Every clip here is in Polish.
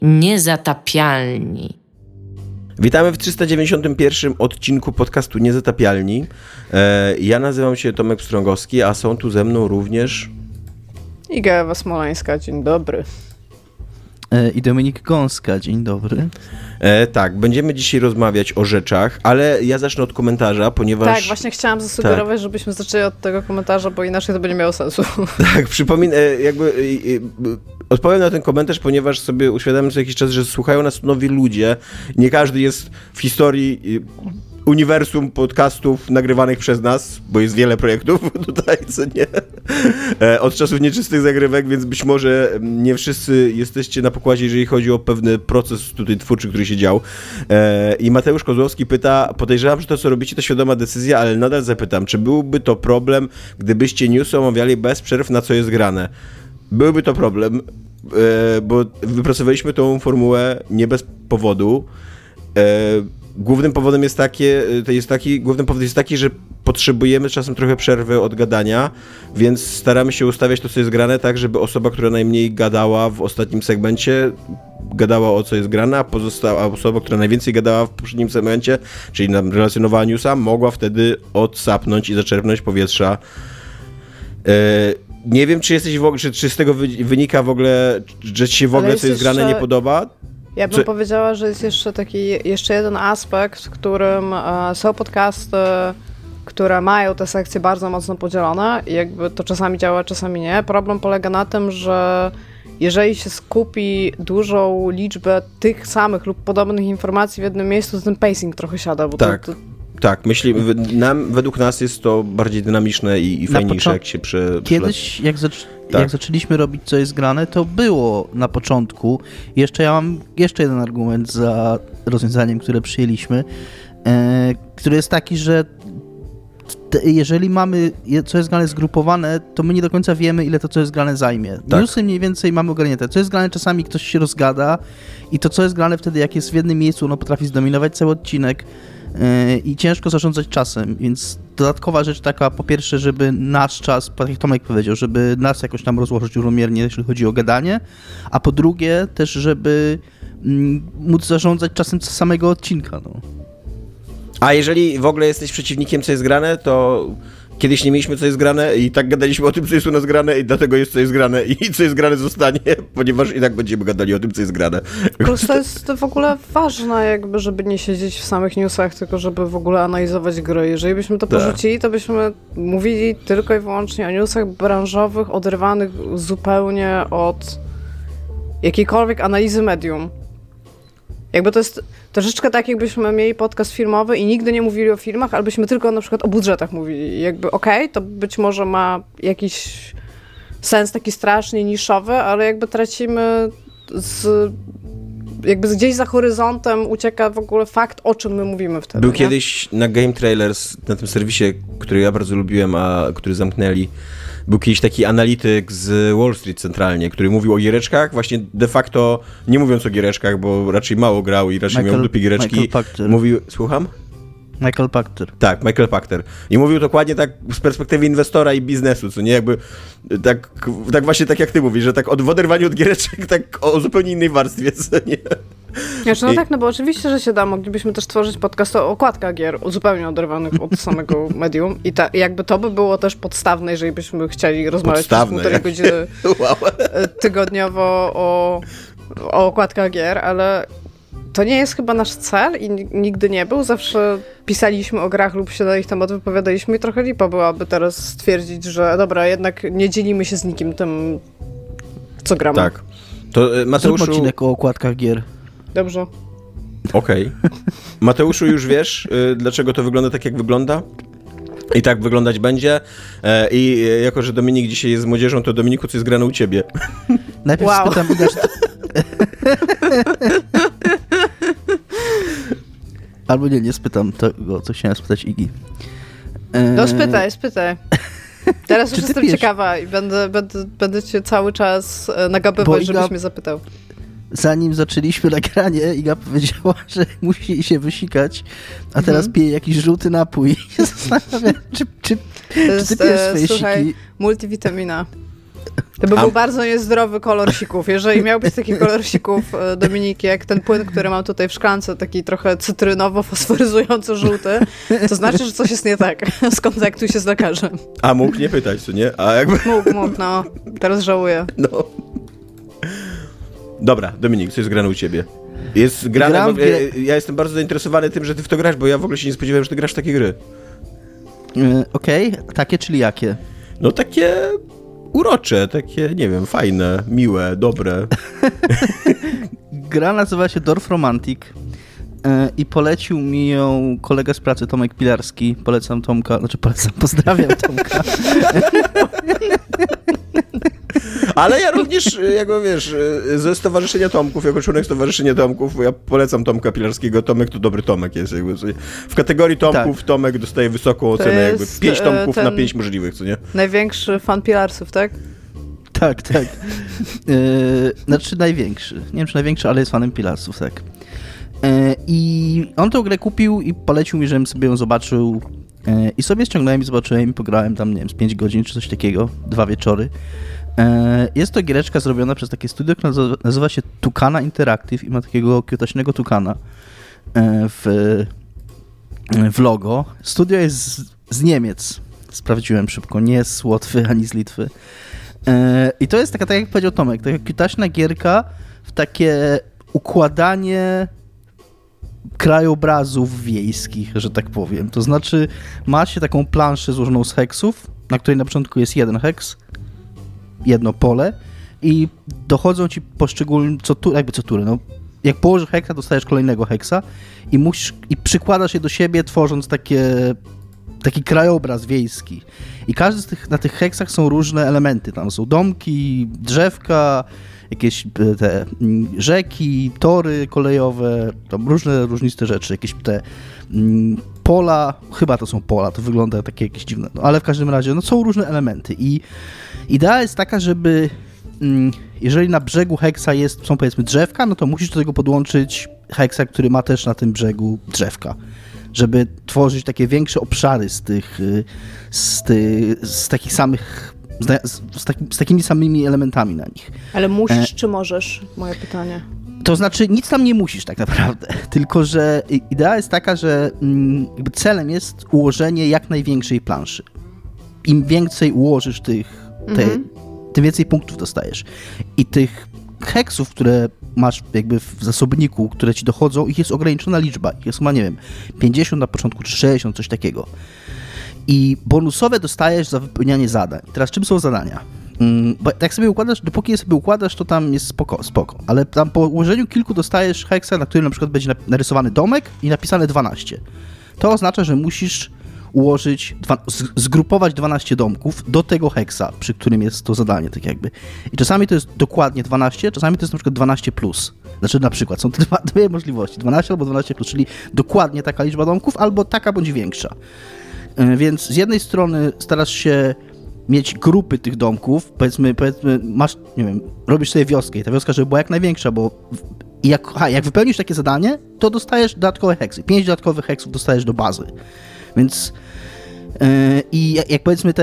Niezatapialni. Witamy w 391 odcinku podcastu Niezatapialni. Ja nazywam się Tomek Pstrągowski, a są tu ze mną również... Iga Ewa Smoleńska, dzień dobry. I Dominik Gąska, dzień dobry. Tak, będziemy dzisiaj rozmawiać o rzeczach, ale ja zacznę od komentarza, ponieważ... Tak, właśnie chciałam zasugerować, żebyśmy zaczęli od tego komentarza, bo inaczej to będzie miało sensu. Tak, odpowiem na ten komentarz, ponieważ sobie uświadamiam co jakiś czas, że słuchają nas nowi ludzie. Nie każdy jest w historii uniwersum podcastów nagrywanych przez nas, bo jest wiele projektów tutaj, co nie? Od czasów nieczystych zagrywek, więc być może nie wszyscy jesteście na pokładzie, jeżeli chodzi o pewny proces tutaj twórczy, który się dział. I Mateusz Kozłowski pyta, podejrzewam, że to, co robicie, to świadoma decyzja, ale nadal zapytam, czy byłby to problem, gdybyście newsy omawiali bez przerw, na co jest grane? Byłby to problem, bo wypracowaliśmy tą formułę nie bez powodu. Główny powód jest taki, że potrzebujemy czasem trochę przerwy od gadania, więc staramy się ustawiać to, co jest grane, tak, żeby osoba, która najmniej gadała w ostatnim segmencie, gadała o co jest grane, a pozostała osoba, która najwięcej gadała w poprzednim segmencie, czyli nam relacjonowała newsa, mogła wtedy odsapnąć i zaczerpnąć powietrza. Nie wiem, czy jesteś w ogóle, czy z tego wynika w ogóle, że ci się w ogóle co jest grane nie podoba? Ja bym powiedziała, że jest jeszcze jeden aspekt, w którym są podcasty, które mają te sekcje bardzo mocno podzielone i jakby to czasami działa, czasami nie. Problem polega na tym, że jeżeli się skupi dużą liczbę tych samych lub podobnych informacji w jednym miejscu, to ten pacing trochę siada. Bo tak. Tak, według nas jest to bardziej dynamiczne i fajniejsze, jak się Kiedyś, jak zaczęliśmy robić, co jest grane, to było na początku. Ja mam jeszcze jeden argument za rozwiązaniem, które przyjęliśmy, który jest taki, że jeżeli mamy co jest grane zgrupowane, to my nie do końca wiemy, ile to co jest grane zajmie. Tak. Newsy mniej więcej mamy ogarnięte. Co jest grane, czasami ktoś się rozgada i to co jest grane wtedy, jak jest w jednym miejscu, ono potrafi zdominować cały odcinek. I ciężko zarządzać czasem, więc dodatkowa rzecz taka, po pierwsze, żeby nasz czas, tak jak Tomek powiedział, żeby nas jakoś tam rozłożyć równomiernie, jeśli chodzi o gadanie, a po drugie też, żeby móc zarządzać czasem samego odcinka. No. A jeżeli w ogóle jesteś przeciwnikiem, co jest grane, to kiedyś nie mieliśmy co jest grane i tak gadaliśmy o tym, co jest u nas grane i dlatego jest co jest grane i co jest grane zostanie, ponieważ i tak będziemy gadali o tym, co jest grane. Plus to jest w ogóle ważne, jakby, żeby nie siedzieć w samych newsach, tylko żeby w ogóle analizować gry. Jeżeli byśmy to porzucili, to byśmy mówili tylko i wyłącznie o newsach branżowych, oderwanych zupełnie od jakiejkolwiek analizy medium. Jakby to jest troszeczkę tak, jakbyśmy mieli podcast filmowy i nigdy nie mówili o filmach, ale byśmy tylko na przykład o budżetach mówili. Jakby to być może ma jakiś sens taki strasznie niszowy, ale jakby tracimy gdzieś za horyzontem ucieka w ogóle fakt, o czym my mówimy wtedy. Był kiedyś na Game Trailers, na tym serwisie, który ja bardzo lubiłem, a który zamknęli, był kiedyś taki analityk z Wall Street centralnie, który mówił o giereczkach, właśnie de facto nie mówiąc o giereczkach, bo raczej mało grał i raczej miał dupie giereczki. Mówił, słucham? Michael Pachter. Tak, Michael Pachter. I mówił dokładnie tak z perspektywy inwestora i biznesu, co nie jakby tak właśnie tak jak ty mówisz, że tak w oderwaniu od giereczek, tak o zupełnie innej warstwie, co nie? Znaczy, bo oczywiście, że się da. Moglibyśmy też tworzyć podcast o okładkach gier, zupełnie oderwanych od samego medium i jakby to by było też podstawne, jeżeli byśmy chcieli rozmawiać przez półtorej godziny tygodniowo o okładkach gier, ale to nie jest chyba nasz cel i nigdy nie był. Zawsze pisaliśmy o grach lub się na ich temat wypowiadaliśmy i trochę lipa byłaby teraz stwierdzić, że dobra, jednak nie dzielimy się z nikim tym, co gramy. Tak. To Mateuszu... Zrób odcinek o okładkach gier. Dobrze. Okej. Mateuszu, już wiesz, dlaczego to wygląda tak, jak wygląda? I tak wyglądać będzie. I jako, że Dominik dzisiaj jest z młodzieżą, to Dominiku, co jest grane u ciebie? Najpierw spytam Iga, albo nie spytam tego, co chciałem spytać Igi. No spytaj. Teraz już jestem ciekawa i będę cię cały czas nagabywać, żebyś mnie zapytał. Zanim zaczęliśmy nagranie, Iga powiedziała, że musi się wysikać, a teraz pije jakiś żółty napój. I się zastanawiam, czy ty pijesz swoje słuchaj, siki? multivitamina. To by był bardzo niezdrowy kolor sików. Jeżeli miałbyś taki kolor sików, Dominik, jak ten płyn, który mam tutaj w szklance, taki trochę cytrynowo-fosforyzująco-żółty, to znaczy, że coś jest nie tak. Skontaktuj się z lekarzem. A mógł nie pytać, co nie? A jakby... Mógł, no. Teraz żałuję. No. Dobra, Dominik, co jest grane u ciebie? Jest grane... Ja jestem bardzo zainteresowany tym, że ty w to grasz, bo ja w ogóle się nie spodziewałem, że ty grasz w takie gry. Okej, takie, czyli jakie? No takie urocze, takie, nie wiem, fajne, miłe, dobre. Gra nazywa się Dorf Romantic i polecił mi ją kolega z pracy, Tomek Pilarski. Polecam, pozdrawiam Tomka. Ale ja również, jakby wiesz, ze Stowarzyszenia Tomków, jako członek Stowarzyszenia Tomków, ja polecam Tomka Pilarskiego. Tomek to dobry Tomek jest. Jakby. W kategorii Tomków tak. Tomek dostaje wysoką ocenę, jakby 5 Tomków na 5 możliwych, co nie? Największy fan Pilarsów, tak? Tak. Znaczy największy. Nie wiem, czy największy, ale jest fanem Pilarsów, tak. I on tę grę kupił i polecił mi, żebym sobie ją zobaczył. I sobie ściągnąłem i zobaczyłem i pograłem tam, nie wiem, z 5 godzin czy coś takiego, 2 wieczory. Jest to giereczka zrobiona przez takie studio, które nazywa się Tukana Interactive i ma takiego kiutaśnego tukana w logo. Studio jest z Niemiec, sprawdziłem szybko, nie z Łotwy ani z Litwy. I to jest taka, tak jak powiedział Tomek, taka kiutaśna gierka w takie układanie krajobrazów wiejskich, że tak powiem. To znaczy ma się taką planszę złożoną z heksów, na której na początku jest jeden heks, jedno pole i dochodzą ci poszczególne, co tury, no. Jak położysz heksa, dostajesz kolejnego heksa i przykładasz je do siebie, tworząc taki krajobraz wiejski. I każdy na tych heksach są różne elementy. Tam są domki, drzewka, jakieś te rzeki, tory kolejowe, tam różne różniste rzeczy, jakieś te pola, chyba to są pola, to wygląda takie jakieś dziwne, no ale w każdym razie, no są różne elementy i idea jest taka, żeby jeżeli na brzegu heksa są powiedzmy drzewka, no to musisz do tego podłączyć heksa, który ma też na tym brzegu drzewka, żeby tworzyć takie większe obszary z takich samych z takimi samymi elementami na nich. Ale musisz czy możesz? Moje pytanie. To znaczy nic tam nie musisz tak naprawdę, tylko że idea jest taka, że jakby celem jest ułożenie jak największej planszy. Im więcej ułożysz tym więcej punktów dostajesz. I tych heksów, które masz jakby w zasobniku, które ci dochodzą, ich jest ograniczona liczba. Ich jest chyba, nie wiem, 50 na początku, czy 60, coś takiego. I bonusowe dostajesz za wypełnianie zadań. Teraz czym są zadania? Bo jak sobie układasz, dopóki je sobie układasz, to tam jest spoko. Ale tam po ułożeniu kilku dostajesz heksa, na którym na przykład będzie narysowany domek i napisane 12. To oznacza, że musisz ułożyć, zgrupować 12 domków do tego heksa, przy którym jest to zadanie, tak jakby. I czasami to jest dokładnie 12, czasami to jest na przykład 12 plus. Znaczy na przykład są te dwie możliwości, 12 albo 12 plus, czyli dokładnie taka liczba domków, albo taka bądź większa. Więc z jednej strony starasz się mieć grupy tych domków, powiedzmy masz, nie wiem, robisz sobie wioskę i ta wioska, żeby była jak największa, bo jak wypełnisz takie zadanie, to dostajesz dodatkowe heksy. 5 dodatkowych heksów dostajesz do bazy. Więc i jak powiedzmy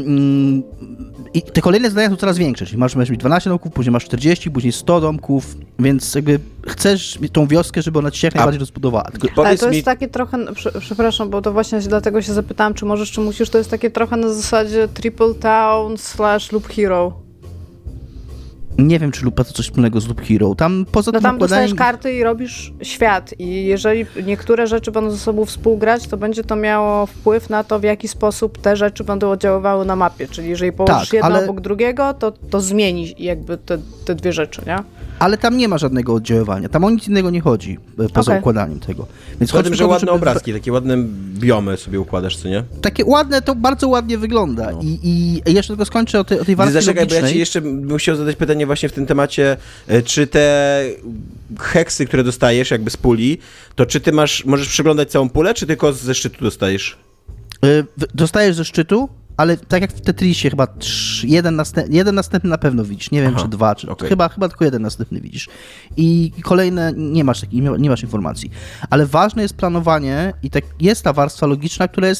te kolejne zadania są coraz większe, czyli masz mieć 12 domków, później masz 40, później 100 domków, więc jakby chcesz tą wioskę, żeby ona ci się jak najbardziej rozbudowała. Ale to jest takie trochę, przepraszam, bo to właśnie dlatego się zapytałam, czy możesz, czy musisz, to jest takie trochę na zasadzie Triple Town / Loop Hero. Nie wiem, czy Lupa to coś wspólnego z Loop Hero. Tam poza tym tam dostajesz karty i robisz świat i jeżeli niektóre rzeczy będą ze sobą współgrać, to będzie to miało wpływ na to, w jaki sposób te rzeczy będą oddziaływały na mapie. Czyli jeżeli położysz jedno obok drugiego, to zmieni jakby te dwie rzeczy, nie? Ale tam nie ma żadnego oddziaływania. Tam o nic innego nie chodzi poza układaniem tego. Więc chodzi o tym, że ładne obrazki, takie ładne biomy sobie układasz, co nie? Takie ładne, to bardzo ładnie wygląda. No. I jeszcze tylko skończę o tej walce logicznej. Bo ja ci jeszcze bym chciał zadać pytanie właśnie w tym temacie, czy te heksy, które dostajesz jakby z puli, to czy ty możesz przeglądać całą pulę, czy tylko ze szczytu dostajesz? Dostajesz ze szczytu, ale tak jak w Tetrisie chyba jeden następny na pewno widzisz. Nie wiem, czy dwa, czy chyba tylko jeden następny widzisz. I kolejne nie masz informacji. Ale ważne jest planowanie i tak jest ta warstwa logiczna, która jest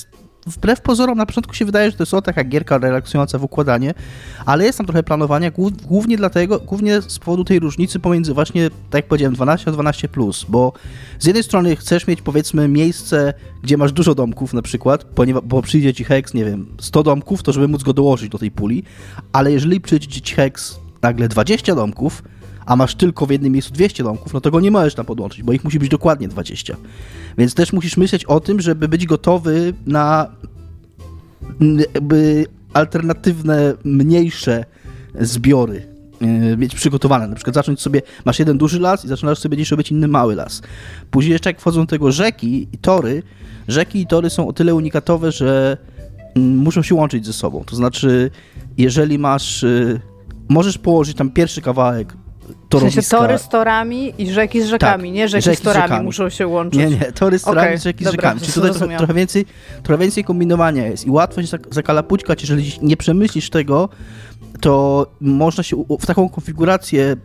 wbrew pozorom na początku się wydaje, że to jest taka gierka relaksująca w układanie, ale jest tam trochę planowania, głównie z powodu tej różnicy pomiędzy właśnie, tak jak powiedziałem, 12 a 12+, bo z jednej strony chcesz mieć, powiedzmy, miejsce, gdzie masz dużo domków na przykład, bo przyjdzie ci heks, nie wiem, 100 domków, to żeby móc go dołożyć do tej puli, ale jeżeli przyjdzie ci heks nagle 20 domków, a masz tylko w jednym miejscu 200 domków, no to go nie możesz tam podłączyć, bo ich musi być dokładnie 20. Więc też musisz myśleć o tym, żeby być gotowy na jakby alternatywne, mniejsze zbiory, mieć przygotowane. Na przykład zacząć sobie, masz jeden duży las i zaczynasz sobie gdzieś robić inny mały las. Później jeszcze jak wchodzą do tego rzeki i tory są o tyle unikatowe, że muszą się łączyć ze sobą. To znaczy, jeżeli możesz położyć tam pierwszy kawałek torowiska. W sensie tory z torami i rzeki z rzekami, tak, nie rzeki z torami muszą się łączyć. Nie, tory z torami, rzeki z rzekami. Czyli tutaj trochę więcej kombinowania jest i łatwo się zakalapućkać, jeżeli nie przemyślisz tego, to można się w taką konfigurację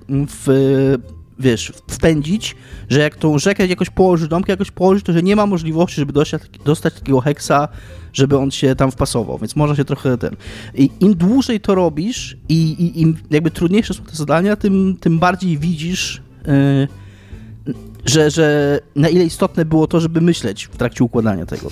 wpędzić, że jak tą rzekę jakoś położy, domki jakoś położy, to że nie ma możliwości, żeby dostać takiego heksa, żeby on się tam wpasował, więc można się trochę I im dłużej to robisz i im jakby trudniejsze są te zadania, tym bardziej widzisz, że na ile istotne było to, żeby myśleć w trakcie układania tego.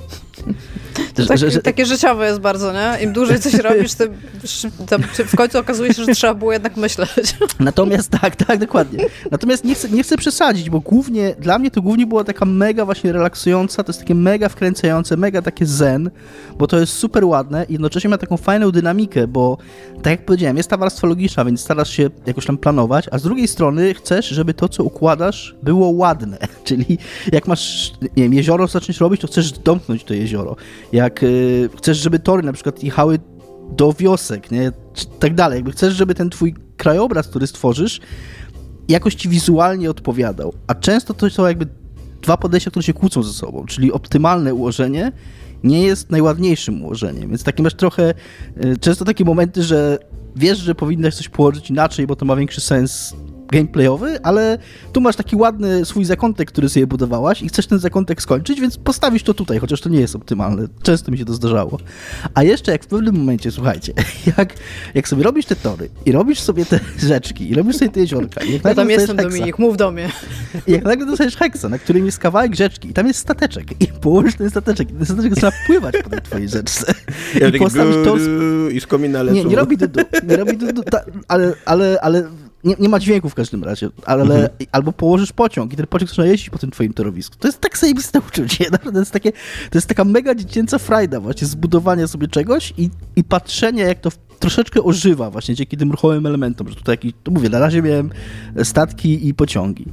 Takie życiowe jest bardzo, nie? Im dłużej coś robisz, tym w końcu okazuje się, że trzeba było jednak myśleć. Natomiast tak, dokładnie. Natomiast nie chcę przesadzić, bo dla mnie to głównie była taka mega właśnie relaksująca, to jest takie mega wkręcające, mega takie zen, bo to jest super ładne i jednocześnie ma taką fajną dynamikę, bo tak jak powiedziałem, jest ta warstwa logiczna, więc starasz się jakoś tam planować, a z drugiej strony chcesz, żeby to, co układasz, było ładne. Czyli jak masz, nie wiem, jezioro zaczniesz robić, to chcesz domknąć to jezioro. Jak chcesz, żeby tory na przykład jechały do wiosek, nie? Tak dalej. Jakby chcesz, żeby ten twój krajobraz, który stworzysz, jakoś ci wizualnie odpowiadał. A często to są jakby dwa podejścia, które się kłócą ze sobą, czyli optymalne ułożenie nie jest najładniejszym ułożeniem, więc taki masz trochę, często takie momenty, że wiesz, że powinnaś coś położyć inaczej, bo to ma większy sens gameplayowy, ale tu masz taki ładny swój zakątek, który sobie budowałaś i chcesz ten zakątek skończyć, więc postawisz to tutaj, chociaż to nie jest optymalne. Często mi się to zdarzało. A jeszcze jak w pewnym momencie, słuchajcie, jak sobie robisz te tory i robisz sobie te rzeczki i robisz sobie te jeziorka i jak ja tam jestem, heksa, Dominik, mów do mnie. I jak nagle dostajesz heksa, na którym jest kawałek rzeczki i tam jest stateczek i położysz ten stateczek i ten stateczek zaczyna pływać po tej twojej rzeczce. I postawisz to... I z komina lecą. Nie robi dudu, ale nie ma dźwięku w każdym razie, ale albo położysz pociąg i ten pociąg zaczyna jeździć po tym twoim torowisku. To jest tak zajebiste uczucie. To jest taka mega dziecięca frajda właśnie zbudowania sobie czegoś i patrzenia, jak to troszeczkę ożywa właśnie dzięki tym ruchomym elementom, że tutaj to mówię, na razie miałem statki i pociągi.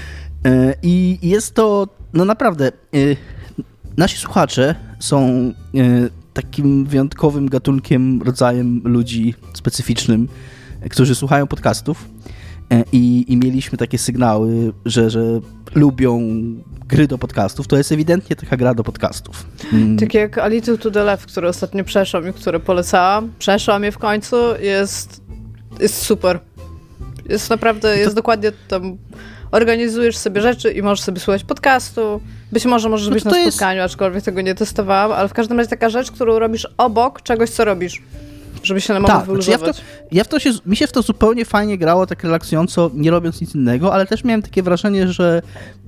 I jest to, no naprawdę, nasi słuchacze są takim wyjątkowym gatunkiem, rodzajem ludzi specyficznym, którzy słuchają podcastów i mieliśmy takie sygnały, że lubią gry do podcastów, to jest ewidentnie taka gra do podcastów. Tak jak A Little to the Left, które ostatnio przeszłam i które polecałam. Przeszłam je w końcu, jest super. Jest naprawdę, jest dokładnie tam, organizujesz sobie rzeczy i możesz sobie słuchać podcastu. Być może możesz być na spotkaniu, aczkolwiek tego nie testowałam, ale w każdym razie taka rzecz, którą robisz obok czegoś, co robisz. Żeby się na moment wyluzować. Mi się w to zupełnie fajnie grało, tak relaksująco, nie robiąc nic innego, ale też miałem takie wrażenie, że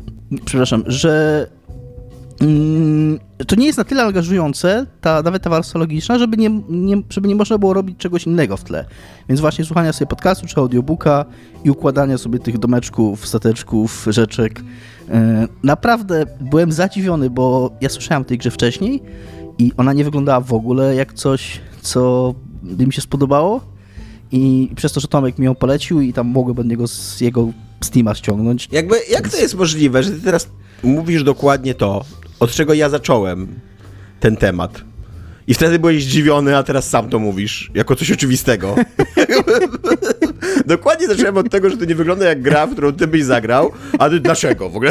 to nie jest na tyle angażujące, nawet ta warstwa logiczna, żeby nie można było robić czegoś innego w tle. Więc właśnie słuchania sobie podcastu czy audiobooka i układania sobie tych domeczków, stateczków, rzeczek. Naprawdę byłem zadziwiony, bo ja słyszałem o tej grze wcześniej i ona nie wyglądała w ogóle jak coś, co by mi się spodobało i przez to, że Tomek mi ją polecił i tam mogłem od niego z jego Steama ściągnąć. Jak to jest możliwe, że ty teraz mówisz dokładnie to, od czego ja zacząłem ten temat? I wtedy byłeś zdziwiony, a teraz sam to mówisz, jako coś oczywistego. Dokładnie zacząłem od tego, że to nie wygląda jak gra, w którą ty byś zagrał, a ty dlaczego? W ogóle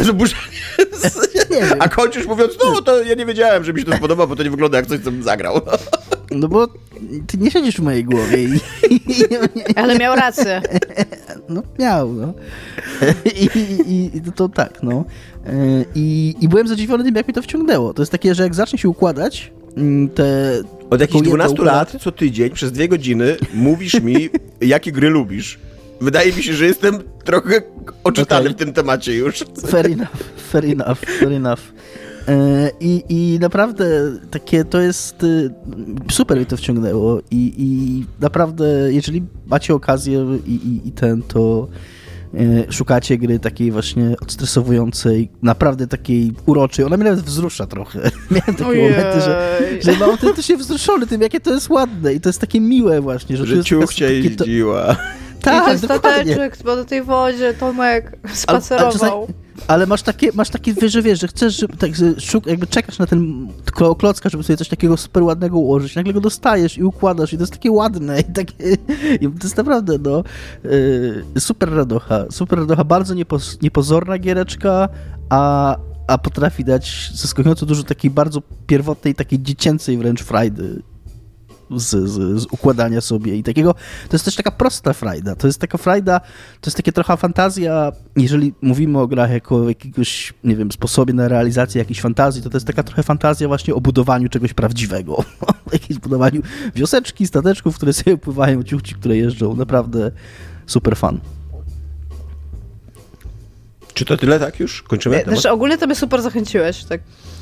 a kończysz mówiąc, no to ja nie wiedziałem, że mi się to spodoba, bo to nie wygląda jak coś, co bym zagrał. No bo ty nie siedzisz w mojej głowie. Ale miał rację. No miał, no. I to tak, no. I byłem zadziwiony tym, jak mi to wciągnęło. To jest takie, że jak zacznie się układać Od jakichś 12 układy. lat, co tydzień, przez 2 godziny mówisz mi, jakie gry lubisz. Wydaje mi się, że jestem trochę oczytany w tym temacie już. Fair enough. I naprawdę takie to jest super mnie to wciągnęło i naprawdę jeżeli macie okazję to szukacie gry takiej właśnie odstresowującej, naprawdę takiej uroczej, ona mnie nawet wzrusza trochę. Miałem takie momenty, że mam autentycznie wzruszony tym, jakie to jest ładne i to jest takie miłe właśnie. Że ciuchcia jeździła. Tak, i ten stateczek po tej wodzie, Tomek spacerował. Ale masz takie, że wiesz, że chcesz, że tak, jakby czekasz na ten klocka, żeby sobie coś takiego super ładnego ułożyć, nagle go dostajesz i układasz i to jest takie ładne i takie, to jest naprawdę, super radocha, bardzo niepozorna giereczka, a potrafi dać zaskakująco dużo takiej bardzo pierwotnej, takiej dziecięcej wręcz frajdy. Z układania sobie i takiego, to jest też taka prosta frajda, to jest taka frajda, to jest takie trochę fantazja, jeżeli mówimy o grach jako o jakiegoś, nie wiem, sposobie na realizację jakiejś fantazji, to jest taka trochę fantazja właśnie o budowaniu czegoś prawdziwego, o jakimś budowaniu wioseczki, stateczków, które sobie pływają, ciuchci, które jeżdżą, naprawdę super fan. Czy to tyle, tak już? Kończymy temat? Znaczy, ogólnie to mnie super zachęciłeś, tak.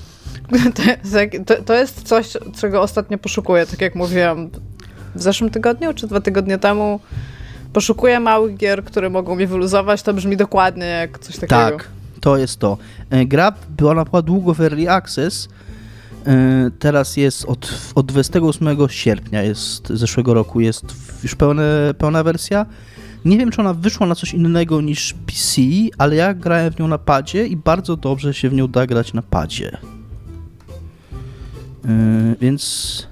To jest coś, czego ostatnio poszukuję, tak jak mówiłam w zeszłym tygodniu, czy 2 tygodnie temu. Poszukuję małych gier, które mogą mnie wyluzować, to brzmi dokładnie jak coś takiego. Tak, to jest to. Gra była długo w Early Access, teraz jest od 28 sierpnia zeszłego roku jest już pełna wersja. Nie wiem, czy ona wyszła na coś innego niż PC, ale ja grałem w nią na padzie i bardzo dobrze się w nią da grać na padzie. Więc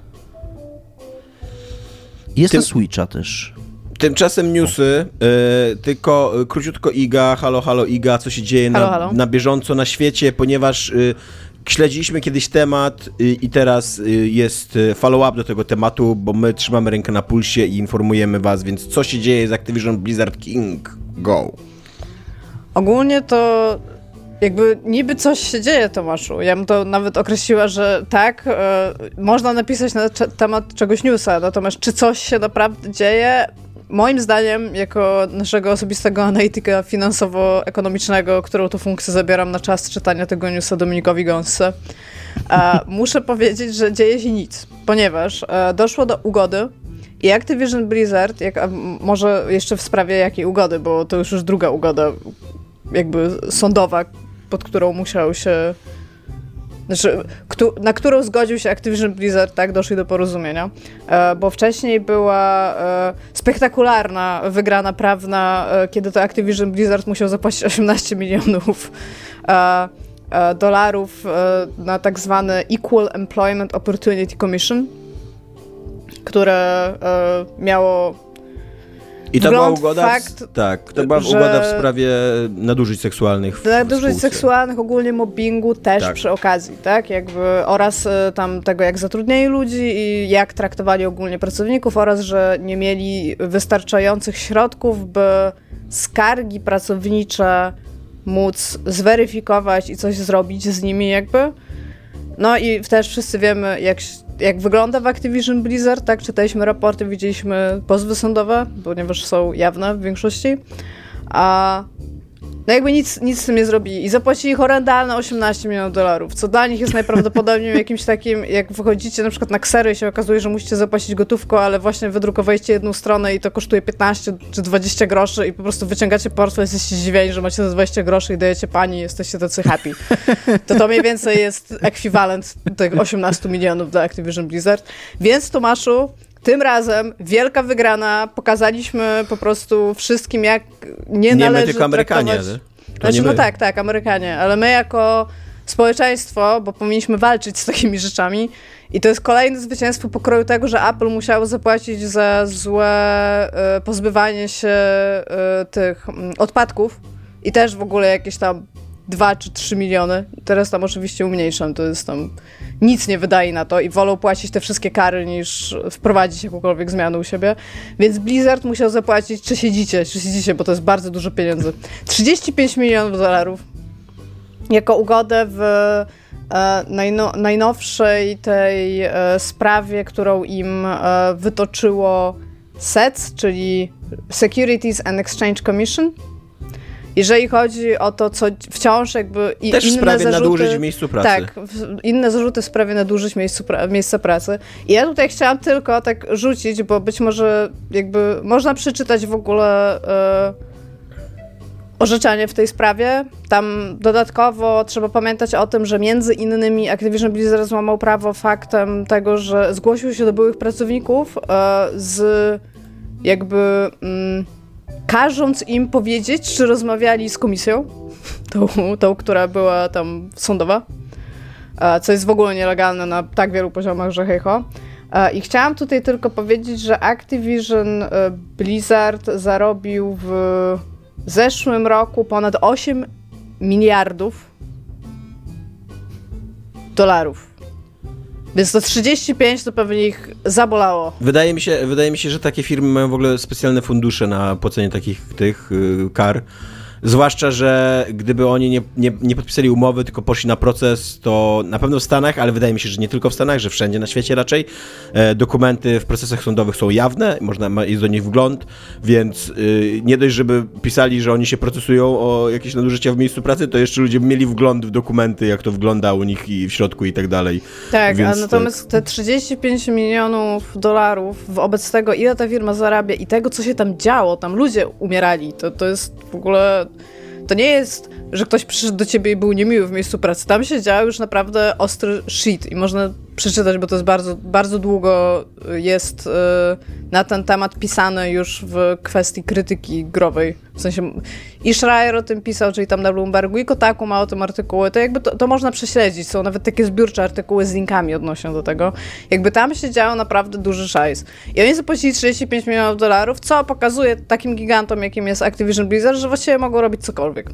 jest na Switcha też. Tymczasem newsy, tylko króciutko Iga, halo Iga, co się dzieje na bieżąco na świecie, ponieważ śledziliśmy kiedyś temat i teraz jest follow-up do tego tematu, bo my trzymamy rękę na pulsie i informujemy was, więc co się dzieje z Activision Blizzard King? Go! Ogólnie to jakby niby coś się dzieje, Tomaszu. Ja bym to nawet określiła, że tak, można napisać na temat czegoś newsa, natomiast czy coś się naprawdę dzieje? Moim zdaniem, jako naszego osobistego analityka finansowo-ekonomicznego, którą to funkcję zabieram na czas czytania tego newsa Dominikowi Gąsce, muszę powiedzieć, że dzieje się nic, ponieważ doszło do ugody i Activision Blizzard, może jeszcze w sprawie jakiej ugody, bo to już druga ugoda jakby sądowa, pod którą musiał się... Znaczy, na którą zgodził się Activision Blizzard, tak, doszli do porozumienia, bo wcześniej była spektakularna wygrana prawna, kiedy to Activision Blizzard musiał zapłacić 18 milionów dolarów na tak zwany Equal Employment Opportunity Commission, które miało I to była ugoda, to była ugoda w sprawie nadużyć seksualnych nadużyć seksualnych, ogólnie mobbingu też przy okazji, tak? Jakby oraz tam tego, jak zatrudniali ludzi i jak traktowali ogólnie pracowników oraz, że nie mieli wystarczających środków, by skargi pracownicze móc zweryfikować i coś zrobić z nimi jakby. No i też wszyscy wiemy, jak wygląda w Activision Blizzard, tak? Czytaliśmy raporty, widzieliśmy pozwy sądowe, ponieważ są jawne w większości. No jakby nic z tym nie zrobili i zapłacili horrendalne 18 milionów dolarów, co dla nich jest najprawdopodobniej jakimś takim, jak wychodzicie na przykład na ksery i się okazuje, że musicie zapłacić gotówką, ale właśnie wydrukowaliście jedną stronę i to kosztuje 15 czy 20 groszy i po prostu wyciągacie portfel, jesteście zdziwieni, że macie za 20 groszy i dajecie pani, jesteście tacy happy. To mniej więcej jest ekwiwalent tych 18 milionów dla Activision Blizzard. Więc Tomaszu, tym razem wielka wygrana, pokazaliśmy po prostu wszystkim, jak nie należy tylko Amerykanie, Znaczy, no tak, Amerykanie, ale my jako społeczeństwo, bo powinniśmy walczyć z takimi rzeczami i to jest kolejne zwycięstwo pokroju tego, że Apple musiało zapłacić za złe pozbywanie się tych odpadków i też w ogóle jakieś tam 2 czy 3 miliony. Teraz tam oczywiście umniejszam, to jest tam nic nie wydaje na to i wolą płacić te wszystkie kary niż wprowadzić jakąkolwiek zmianę u siebie. Więc Blizzard musiał zapłacić, czy siedzicie, bo to jest bardzo dużo pieniędzy. 35 milionów dolarów jako ugodę w najnowszej tej sprawie, którą im wytoczyło SEC, czyli Securities and Exchange Commission. Jeżeli chodzi o to, co wciąż jakby też inne w sprawie zarzuty, nadużyć w miejscu pracy. Tak, inne zarzuty w sprawie nadużyć miejsca pracy. I ja tutaj chciałam tylko tak rzucić, bo być może jakby można przeczytać w ogóle orzeczenie w tej sprawie. Tam dodatkowo trzeba pamiętać o tym, że między innymi Activision Blizzard złamał prawo faktem tego, że zgłosił się do byłych pracowników z jakby każąc im powiedzieć, czy rozmawiali z komisją, tą, która była tam sądowa, co jest w ogóle nielegalne na tak wielu poziomach, że hejho. I chciałam tutaj tylko powiedzieć, że Activision Blizzard zarobił w zeszłym roku ponad 8 miliardów dolarów. Więc to 35 to pewnie ich zabolało. Wydaje mi się, że takie firmy mają w ogóle specjalne fundusze na płacenie takich kar. Zwłaszcza, że gdyby oni nie podpisali umowy, tylko poszli na proces, to na pewno w Stanach, ale wydaje mi się, że nie tylko w Stanach, że wszędzie na świecie raczej, dokumenty w procesach sądowych są jawne, jest do nich wgląd, więc nie dość, żeby pisali, że oni się procesują o jakieś nadużycia w miejscu pracy, to jeszcze ludzie mieli wgląd w dokumenty, jak to wygląda u nich i w środku i tak dalej. Tak, więc natomiast te 35 milionów dolarów wobec tego, ile ta firma zarabia i tego, co się tam działo, tam ludzie umierali, to jest w ogóle... To nie jest, że ktoś przyszedł do ciebie i był niemiły w miejscu pracy. Tam się działo już naprawdę ostry shit i można przeczytać, bo to jest bardzo, bardzo długo jest na ten temat pisane już w kwestii krytyki growej. W sensie i Schreier o tym pisał, czyli tam na Bloombergu, i Kotaku ma o tym artykuły. To jakby to można prześledzić. Są nawet takie zbiórcze artykuły z linkami odnośnie do tego. Jakby tam się działo naprawdę duży szajs. I oni zapłacili 35 milionów dolarów, co pokazuje takim gigantom, jakim jest Activision Blizzard, że właściwie mogą robić cokolwiek.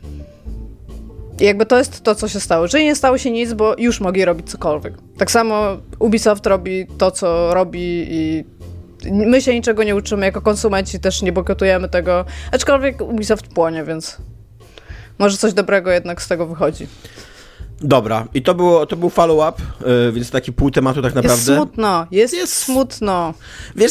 I jakby to jest to, co się stało. Czyli nie stało się nic, bo już mogli robić cokolwiek. Tak samo Ubisoft robi to, co robi i my się niczego nie uczymy. Jako konsumenci też nie bojkotujemy tego. Aczkolwiek Ubisoft płonie, więc może coś dobrego jednak z tego wychodzi. Dobra, i to był follow-up, więc taki pół tematu tak naprawdę. Jest smutno. Wiesz,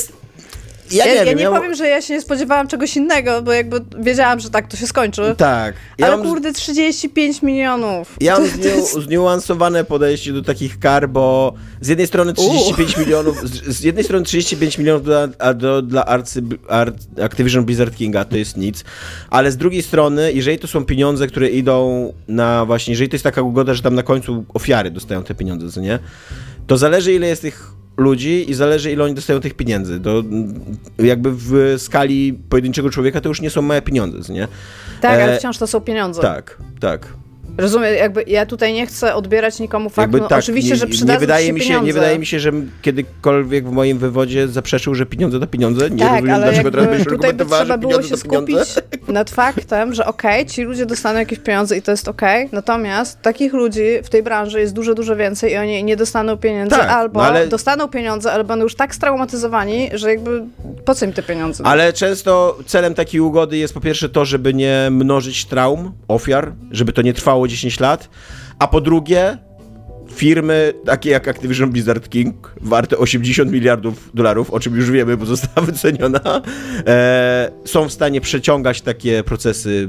ja nie powiem, że ja się nie spodziewałam czegoś innego, bo jakby wiedziałam, że tak to się skończy. Tak. Ale kurde, 35 milionów. Ja mam zniuansowane podejście do takich kar, bo z jednej strony 35 milionów, z jednej strony 35 milionów dla Activision Blizzard Kinga to jest nic, ale z drugiej strony, jeżeli to są pieniądze, które idą na właśnie, jeżeli to jest taka ugoda, że tam na końcu ofiary dostają te pieniądze, co nie? To zależy, ile jest tych ludzi i zależy, ile oni dostają tych pieniędzy. To jakby w skali pojedynczego człowieka to już nie są małe pieniądze, nie? Tak, ale wciąż to są pieniądze. Tak. Rozumiem, jakby ja tutaj nie chcę odbierać nikomu faktu, tak, oczywiście, że przydadzą się pieniądze. Nie wydaje mi się, że kiedykolwiek w moim wywodzie zaprzeczył, że pieniądze to pieniądze. Nie tak, rozumiem, ale dlaczego teraz będziesz tutaj by trzeba było się skupić nad faktem, że ci ludzie dostaną jakieś pieniądze i to jest natomiast takich ludzi w tej branży jest dużo, dużo więcej i oni nie dostaną pieniędzy, albo dostaną pieniądze, ale będą już tak straumatyzowani, że jakby po co im te pieniądze? Ale często celem takiej ugody jest po pierwsze to, żeby nie mnożyć traum ofiar, żeby to nie trwało 10 lat, a po drugie firmy takie jak Activision Blizzard King, warte 80 miliardów dolarów, o czym już wiemy, bo została wyceniona, są w stanie przeciągać takie procesy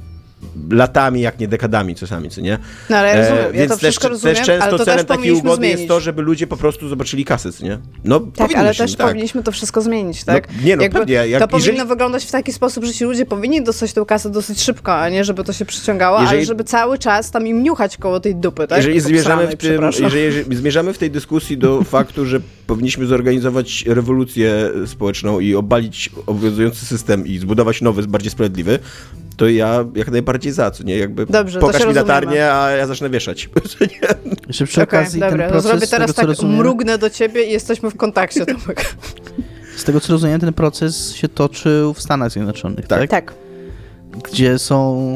latami, jak nie dekadami czasami, co nie? No ale ja rozumiem, więc to wszystko rozumiem, też często ale to celem też takiej ugody zmienić. jest to, żeby ludzie po prostu zobaczyli kasę, co nie? No, tak, ale też powinniśmy to wszystko zmienić, tak? Pewnie. To powinno wyglądać w taki sposób, że ci ludzie powinni dostać tę kasę dosyć szybko, a nie żeby to się przyciągało, ale żeby cały czas tam im niuchać koło tej dupy, tak? Jeżeli zmierzamy w tej dyskusji do faktu, że powinniśmy zorganizować rewolucję społeczną i obalić obowiązujący system i zbudować nowy, bardziej sprawiedliwy, to ja jak najbardziej za, co nie? Jakby dobrze, pokaż mi latarnię, a ja zacznę wieszać. Jeszcze przy okazji ten proces, zrobię teraz tego, rozumiem, mrugnę do ciebie i jesteśmy w kontakcie, Tomek. Z tego co rozumiem, ten proces się toczył w Stanach Zjednoczonych, tak? Tak. Gdzie są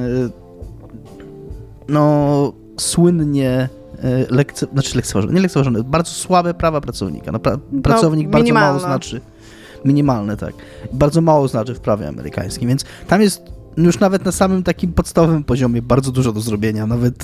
słynnie lekceważone, bardzo słabe prawa pracownika. Pracownik bardzo mało znaczy. Minimalne, tak. Bardzo mało znaczy w prawie amerykańskim, więc tam jest już nawet na samym takim podstawowym poziomie bardzo dużo do zrobienia. Nawet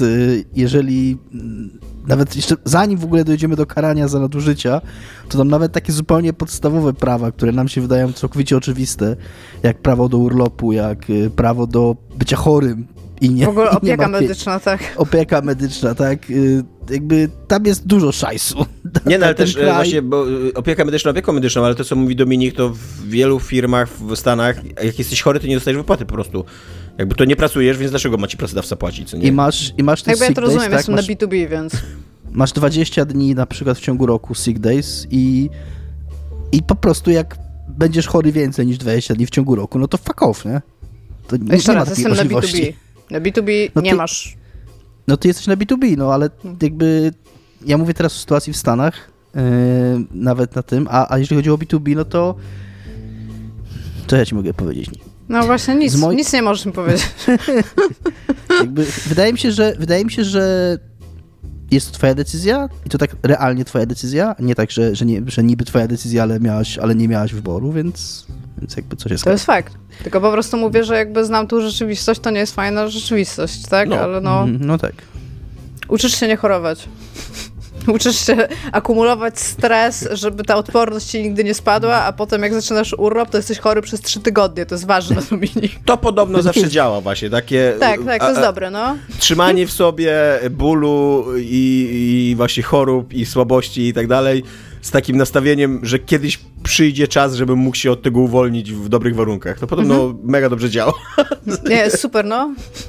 nawet jeszcze zanim w ogóle dojdziemy do karania za nadużycia, to tam nawet takie zupełnie podstawowe prawa, które nam się wydają całkowicie oczywiste, jak prawo do urlopu, jak prawo do bycia chorym. W ogóle opieka medyczna, tak. Opieka medyczna, tak. Jakby tam jest dużo szajsu. Nie, no ale też właśnie, bo opieka medyczna opieką medyczną, ale to, co mówi Dominik, to w wielu firmach w Stanach, jak jesteś chory, to nie dostajesz wypłaty po prostu. Jakby to nie pracujesz, więc dlaczego ma ci pracodawca płacić, co nie? I masz te jakby sick ja to rozumiem, days, tak? jestem na B2B, więc... Masz 20 dni na przykład w ciągu roku sick days i po prostu jak będziesz chory więcej niż 20 dni w ciągu roku, no to fuck off, nie? To jeszcze nie raz, ma takiej jestem możliwości. na B2B. Na B2B No nie masz... No ty jesteś na B2B, no ale jakby ja mówię teraz o sytuacji w Stanach, nawet na tym, a jeżeli chodzi o B2B, no to co ja ci mogę powiedzieć? No właśnie nic nie możesz mi powiedzieć. Jakby, wydaje mi się, że jest to twoja decyzja i to tak realnie twoja decyzja, nie tak, że niby twoja decyzja, ale nie miałaś wyboru, więc jakby coś jest... To jest fakt. Tylko po prostu mówię, że jakby znam tu rzeczywistość, to nie jest fajna rzeczywistość, tak? No. Ale no... No tak. Uczysz się nie chorować. Uczysz się akumulować stres, żeby ta odporność ci nigdy nie spadła, a potem jak zaczynasz urlop, to jesteś chory przez 3 tygodnie. To jest ważne, Dominik. To podobno zawsze działa właśnie, takie... Tak, to jest dobre, no. Trzymanie w sobie bólu i właśnie chorób i słabości i tak dalej, z takim nastawieniem, że kiedyś przyjdzie czas, żebym mógł się od tego uwolnić w dobrych warunkach. To podobno mega dobrze działa. Nie, super, no.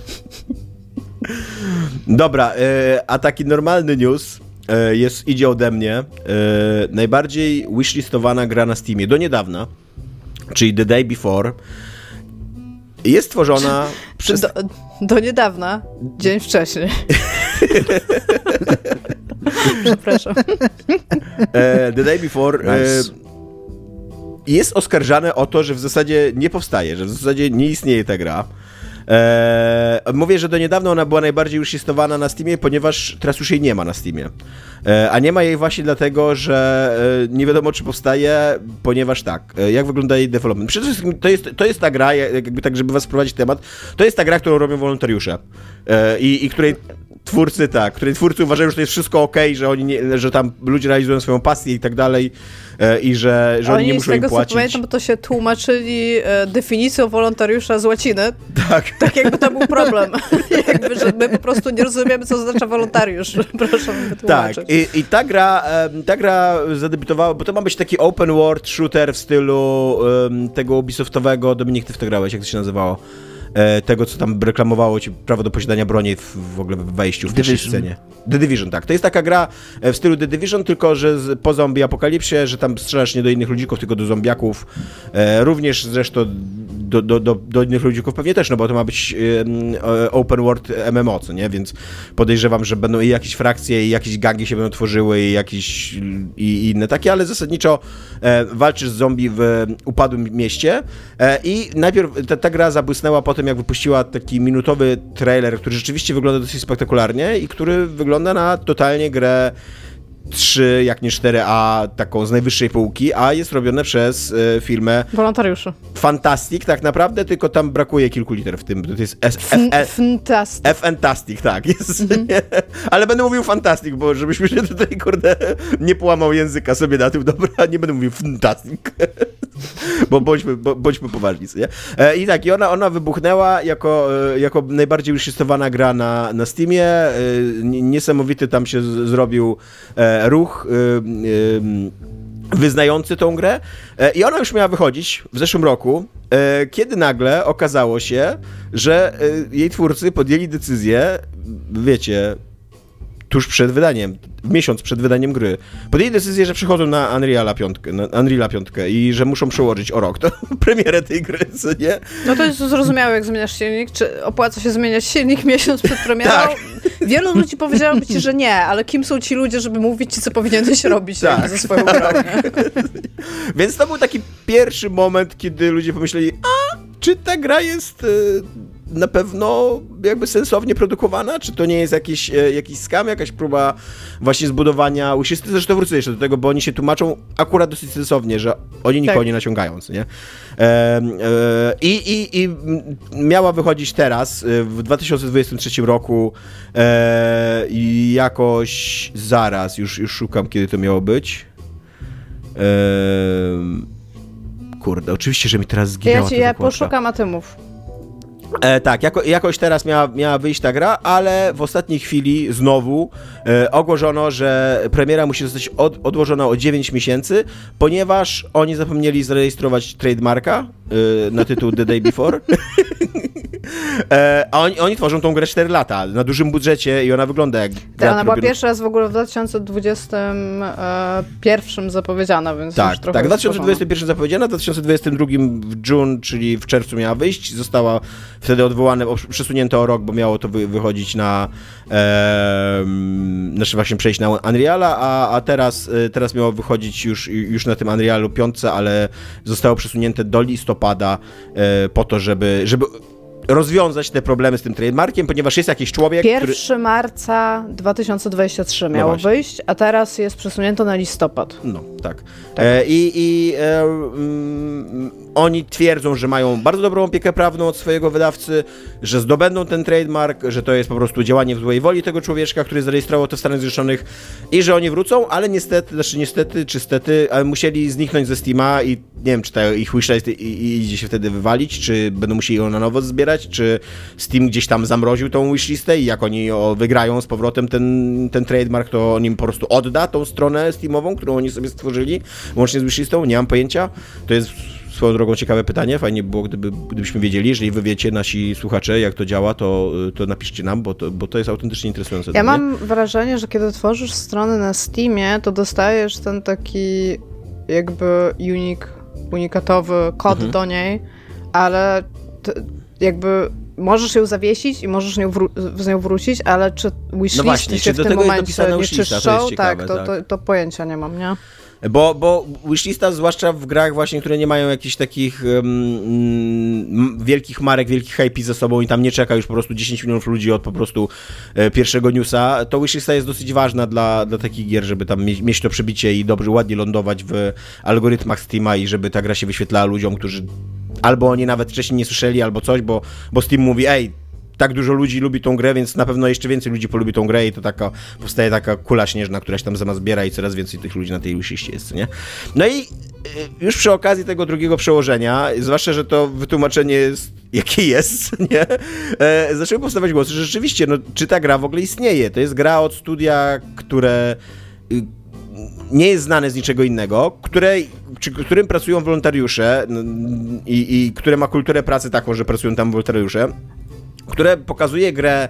Dobra, a taki normalny news idzie ode mnie. Najbardziej wishlistowana gra na Steamie do niedawna, czyli The Day Before, jest tworzona przez... Do niedawna, dzień wcześniej. Przepraszam. The Day Before nice. Jest oskarżane o to, że w zasadzie nie powstaje, że w zasadzie nie istnieje ta gra. Mówię, że do niedawna ona była najbardziej wishlistowana na Steamie, ponieważ teraz już jej nie ma na Steamie. A nie ma jej właśnie dlatego, że nie wiadomo, czy powstaje, ponieważ tak, jak wygląda jej development. Przede wszystkim to jest ta gra, jakby tak, żeby was wprowadzić w temat, to jest ta gra, którą robią wolontariusze i której twórcy uważają, że to jest wszystko okej, że oni że tam ludzie realizują swoją pasję i tak dalej i że oni nie muszą im płacić. Z tego co pamiętam, bo to się tłumaczyli definicją wolontariusza z łaciny. Tak jakby to był problem. Jakby, że my po prostu nie rozumiemy, co oznacza wolontariusz. Proszę mi wytłumaczyć. Tak, i ta gra zadebiutowała, bo to ma być taki open world shooter w stylu tego Ubisoftowego. Dominik, ty w to grałeś, jak to się nazywało? Tego, co tam reklamowało ci prawo do posiadania broni w ogóle w wejściu w pierwszej scenie. The Division, tak. To jest taka gra w stylu The Division, tylko że po zombie apokalipsie, że tam strzelasz nie do innych ludzików, tylko do zombiaków. Również zresztą do innych ludzików pewnie też, no bo to ma być open world MMO, co nie? Więc podejrzewam, że będą i jakieś frakcje, i jakieś gangi się będą tworzyły, i inne takie, ale zasadniczo walczysz z zombie w upadłym mieście i najpierw ta gra zabłysnęła po tym, jak wypuściła taki minutowy trailer, który rzeczywiście wygląda dosyć spektakularnie i który wygląda na totalnie grę 3, jak nie 4A, taką z najwyższej półki, a jest robione przez firmę wolontariuszy. Fantastic, tak naprawdę, tylko tam brakuje kilku liter w tym. To jest Fantastic, tak. Jest, ale będę mówił Fantastic, bo żebyśmy się tutaj, kurde, nie połamał języka sobie na tym, dobra, nie będę mówił Fantastic. Bo bądźmy poważni, co nie? I tak, i ona wybuchnęła jako najbardziej wyszystowana gra na Steamie. Niesamowity tam się zrobił ruch wyznający tą grę i ona już miała wychodzić w zeszłym roku, kiedy nagle okazało się, że jej twórcy podjęli decyzję, wiecie, tuż przed wydaniem, miesiąc przed wydaniem gry, podjęli decyzję, że przychodzą na Unreala 5 i że muszą przełożyć o rok to premierę tej gry, co nie? No to jest zrozumiałe, jak zmieniasz silnik. Czy opłaca się zmieniać silnik miesiąc przed premierą? Tak. Wielu ludzi powiedziałoby ci, że nie, ale kim są ci ludzie, żeby mówić ci, co powinieneś robić ze swoją grą, nie? Więc to był taki pierwszy moment, kiedy ludzie pomyśleli, a czy ta gra jest na pewno jakby sensownie produkowana? Czy to nie jest jakiś scam, jakaś próba właśnie zbudowania wishlistów? Zresztą wrócę jeszcze do tego, bo oni się tłumaczą akurat dosyć sensownie, że oni nikogo nie naciągają, nie? I miała wychodzić teraz, w 2023 roku, i jakoś zaraz, już szukam, kiedy to miało być. Kurde, oczywiście, że mi teraz zginęła ta Ja poszukam, a ty mów. Tak, jakoś teraz miała wyjść ta gra, ale w ostatniej chwili znowu ogłoszono, że premiera musi zostać odłożona o 9 miesięcy, ponieważ oni zapomnieli zarejestrować trademarka na tytuł The Day Before. A oni tworzą tą grę 4 lata, na dużym budżecie i ona wygląda jak... Ona była pierwszy raz w ogóle w 2021 zapowiedziana, więc tak, już trochę... Tak, w 2021 zapowiedziana, w 2022 w June, czyli w czerwcu miała wyjść, została wtedy odwołane, przesunięte o rok, bo miało to wychodzić na... znaczy właśnie przejść na Unreala, a teraz miało wychodzić już na tym Unrealu 5, ale zostało przesunięte do listopada po to, żeby rozwiązać te problemy z tym trademarkiem, ponieważ jest jakiś człowiek, 1 marca 2023 miało wyjść, a teraz jest przesunięto na listopad. No, tak. Oni twierdzą, że mają bardzo dobrą opiekę prawną od swojego wydawcy, że zdobędą ten trademark, że to jest po prostu działanie w złej woli tego człowieczka, który zarejestrował to w Stanach Zjednoczonych i że oni wrócą, ale niestety, ale musieli zniknąć ze Steama i nie wiem, czy ta ich wishlist idzie się wtedy wywalić, czy będą musieli ją na nowo zbierać, czy Steam gdzieś tam zamroził tą wishlistę i jak oni wygrają z powrotem ten trademark, to on im po prostu odda tą stronę Steamową, którą oni sobie stworzyli, łącznie z wishlistą, nie mam pojęcia. To jest swoją drogą ciekawe pytanie, fajnie było, gdybyśmy wiedzieli. Jeżeli wy wiecie, nasi słuchacze, jak to działa, to napiszcie nam, bo to jest autentycznie interesujące. Ja mam wrażenie, że kiedy tworzysz stronę na Steamie, to dostajesz ten taki jakby unikatowy kod do niej, ale jakby możesz ją zawiesić i możesz z nią wrócić, ale czy wishlisty się w tym momencie nie czyszczą, to pojęcia nie mam, nie? Bo wishlista, zwłaszcza w grach właśnie, które nie mają jakichś takich wielkich marek, wielkich hype za sobą i tam nie czeka już po prostu 10 milionów ludzi od po prostu pierwszego newsa, to wishlista jest dosyć ważna dla takich gier, żeby tam mieć to przebicie i dobrze, ładnie lądować w algorytmach Steama i żeby ta gra się wyświetlała ludziom, którzy albo oni nawet wcześniej nie słyszeli, albo coś, bo Steam mówi, tak dużo ludzi lubi tą grę, więc na pewno jeszcze więcej ludzi polubi tą grę i to powstaje taka kula śnieżna, która się tam zamiast zbiera i coraz więcej tych ludzi na tej wishliście jest, nie? No i już przy okazji tego drugiego przełożenia, zwłaszcza, że to wytłumaczenie jest jakie jest, nie? Zaczęły powstawać głosy, że rzeczywiście, czy ta gra w ogóle istnieje? To jest gra od studia, które nie jest znane z niczego innego, którym pracują wolontariusze i które ma kulturę pracy taką, że pracują tam wolontariusze, które pokazuje grę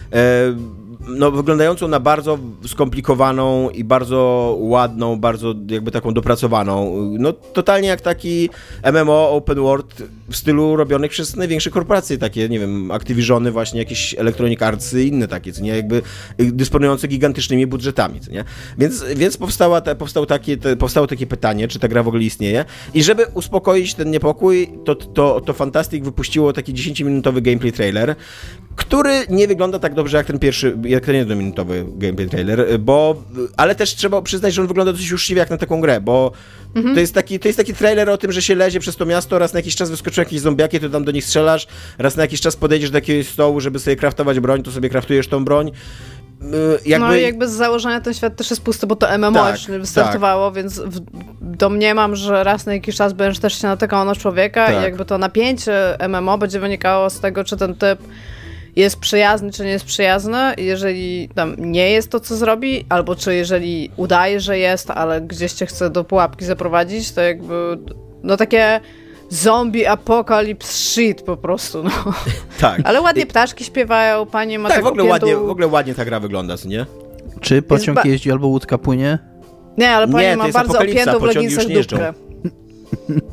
wyglądającą na bardzo skomplikowaną i bardzo ładną, bardzo jakby taką dopracowaną. Totalnie jak taki MMO open world w stylu robionych przez największe korporacje, takie, nie wiem, Activisiony, właśnie jakieś Electronic Arts i inne takie, co nie, jakby dysponujące gigantycznymi budżetami, co nie. Więc powstało takie pytanie, czy ta gra w ogóle istnieje. I żeby uspokoić ten niepokój, to Fantastic wypuściło taki 10-minutowy gameplay trailer, który nie wygląda tak dobrze jak ten ten 1-minutowy gameplay trailer, ale też trzeba przyznać, że on wygląda dosyć uczciwie jak na taką grę, bo to jest taki trailer o tym, że się lezie przez to miasto, raz na jakiś czas wyskoczą jakieś zombiaki, to tam do nich strzelasz, raz na jakiś czas podejdziesz do jakiegoś stołu, żeby sobie craftować broń, to sobie craftujesz tą broń. Jakby z założenia ten świat też jest pusty, bo to MMO już nie wystartowało, więc domniemam, że raz na jakiś czas będziesz też się natykał na człowieka i jakby to napięcie MMO będzie wynikało z tego, czy ten typ jest przyjazny, czy nie jest przyjazny. Jeżeli tam nie jest to, co zrobi, albo czy jeżeli udaje, że jest, ale gdzieś cię chce do pułapki zaprowadzić, to jakby takie zombie apocalypse shit po prostu, Tak. Ale ładnie ptaszki śpiewają, panie ma tak, w ogóle ładnie ta gra wygląda, co nie? Czy pociąg jeździ albo łódka płynie? Nie, ale pani ma bardzo opiętą w leginsach dupkę.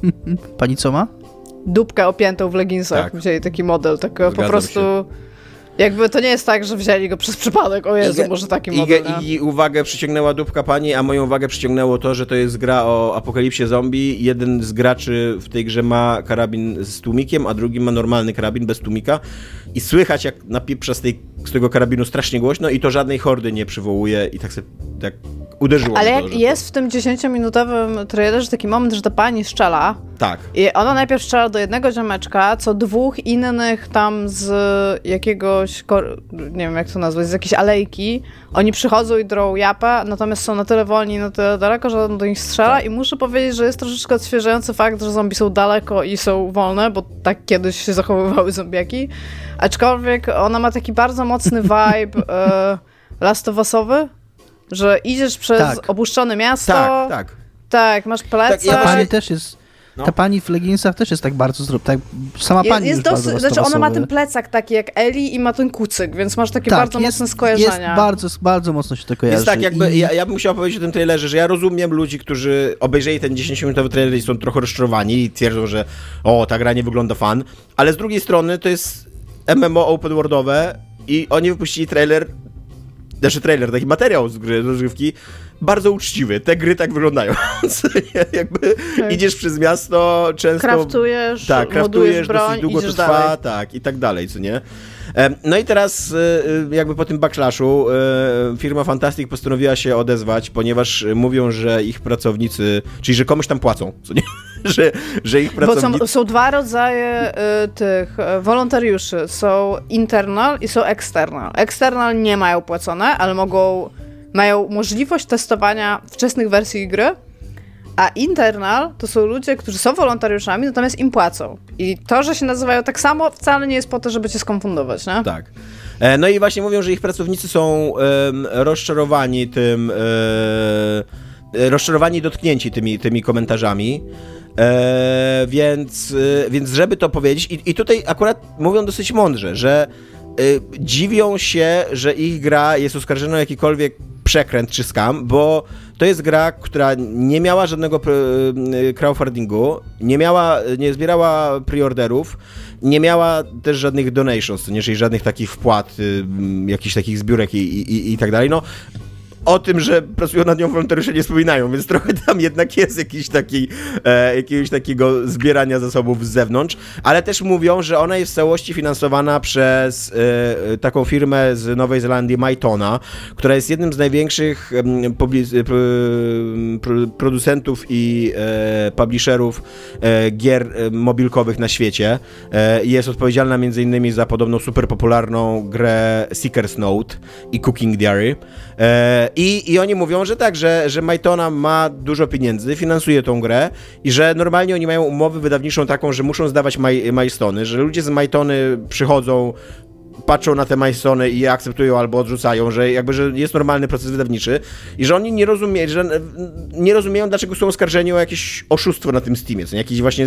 Pani co ma? Dupkę opiętą w leginsach. Wzięli taki model, po prostu Jakby to nie jest tak, że wzięli go przez przypadek, o Jezu, może taki model. I uwagę przyciągnęła dupka pani, a moją uwagę przyciągnęło to, że to jest gra o apokalipsie zombie. Jeden z graczy w tej grze ma karabin z tłumikiem, a drugi ma normalny karabin bez tłumika. I słychać, jak napieprza z tego karabinu strasznie głośno i to żadnej hordy nie przywołuje i tak sobie tak uderzyło. Ale jak jest w tym 10-minutowym trailerze taki moment, że ta pani strzela. Tak. I ona najpierw strzela do jednego ziomeczka, co dwóch innych tam z jakiegoś, nie wiem jak to nazwać, z jakiejś alejki. Oni przychodzą i drą japę, natomiast są na tyle wolni, na tyle daleko, że on do nich strzela i muszę powiedzieć, że jest troszeczkę odświeżający fakt, że zombie są daleko i są wolne, bo tak kiedyś się zachowywały zombiaki. Aczkolwiek ona ma taki bardzo mocny vibe Last of Us-owy, że idziesz przez opuszczone miasto. Tak. Tak, masz plecak. Ta pani też jest... No. Ta pani w leginsach też jest tak bardzo tak, sama pani jest dosyć, znaczy ona ma ten plecak taki jak Eli i ma ten kucyk, więc masz takie bardzo mocne skojarzenia. Jest bardzo mocno się to kojarzy. Jest tak jakby, ja bym musiał powiedzieć o tym trailerze, że ja rozumiem ludzi, którzy obejrzeli ten 10-minutowy trailer i są trochę rozczarowani i twierdzą, że ta gra nie wygląda fan, ale z drugiej strony to jest MMO open worldowe i oni wypuścili trailer, taki materiał z gry, z rozgrywki, bardzo uczciwy. Te gry tak wyglądają. Jakby idziesz przez miasto, często... Kraftujesz, kraftujesz broń, dosyć długo to trwa, i tak dalej, co nie? No i teraz jakby po tym backlashu firma Fantastic postanowiła się odezwać, ponieważ mówią, że ich pracownicy, czyli że komuś tam płacą, co nie? że ich pracownicy... Bo są dwa rodzaje tych wolontariuszy. Są internal i są external. External nie mają płacone, ale mają możliwość testowania wczesnych wersji gry, a internal to są ludzie, którzy są wolontariuszami, natomiast im płacą. I to, że się nazywają tak samo, wcale nie jest po to, żeby cię skonfundować, nie? Tak. No i właśnie mówią, że ich pracownicy są rozczarowani rozczarowani i dotknięci tymi komentarzami. Więc żeby to powiedzieć, i tutaj akurat mówią dosyć mądrze, że dziwią się, że ich gra jest oskarżona o jakikolwiek przekręt czy scam, bo to jest gra, która nie miała żadnego crowdfundingu, nie zbierała preorderów, nie miała też żadnych donations, czyli żadnych takich wpłat, jakichś takich zbiórek i tak dalej. No, o tym, że pracują nad nią wolontariusze nie wspominają, więc trochę tam jednak jest jakiegoś takiego zbierania zasobów z zewnątrz, ale też mówią, że ona jest w całości finansowana przez taką firmę z Nowej Zelandii, Mytona, która jest jednym z największych producentów i publisherów gier mobilkowych na świecie. Jest odpowiedzialna m.in. za podobną super popularną grę Seeker's Note i Cooking Diary. I oni mówią, że tak, że Mytona ma dużo pieniędzy, finansuje tą grę i że normalnie oni mają umowę wydawniczą taką, że muszą zdawać milestone'y, że ludzie z Mytony przychodzą, patrzą na te milestone'y i je akceptują albo odrzucają, że jest normalny proces wydawniczy i że oni nie rozumieją, dlaczego są oskarżeni o jakieś oszustwo na tym Steamie, co jakieś właśnie,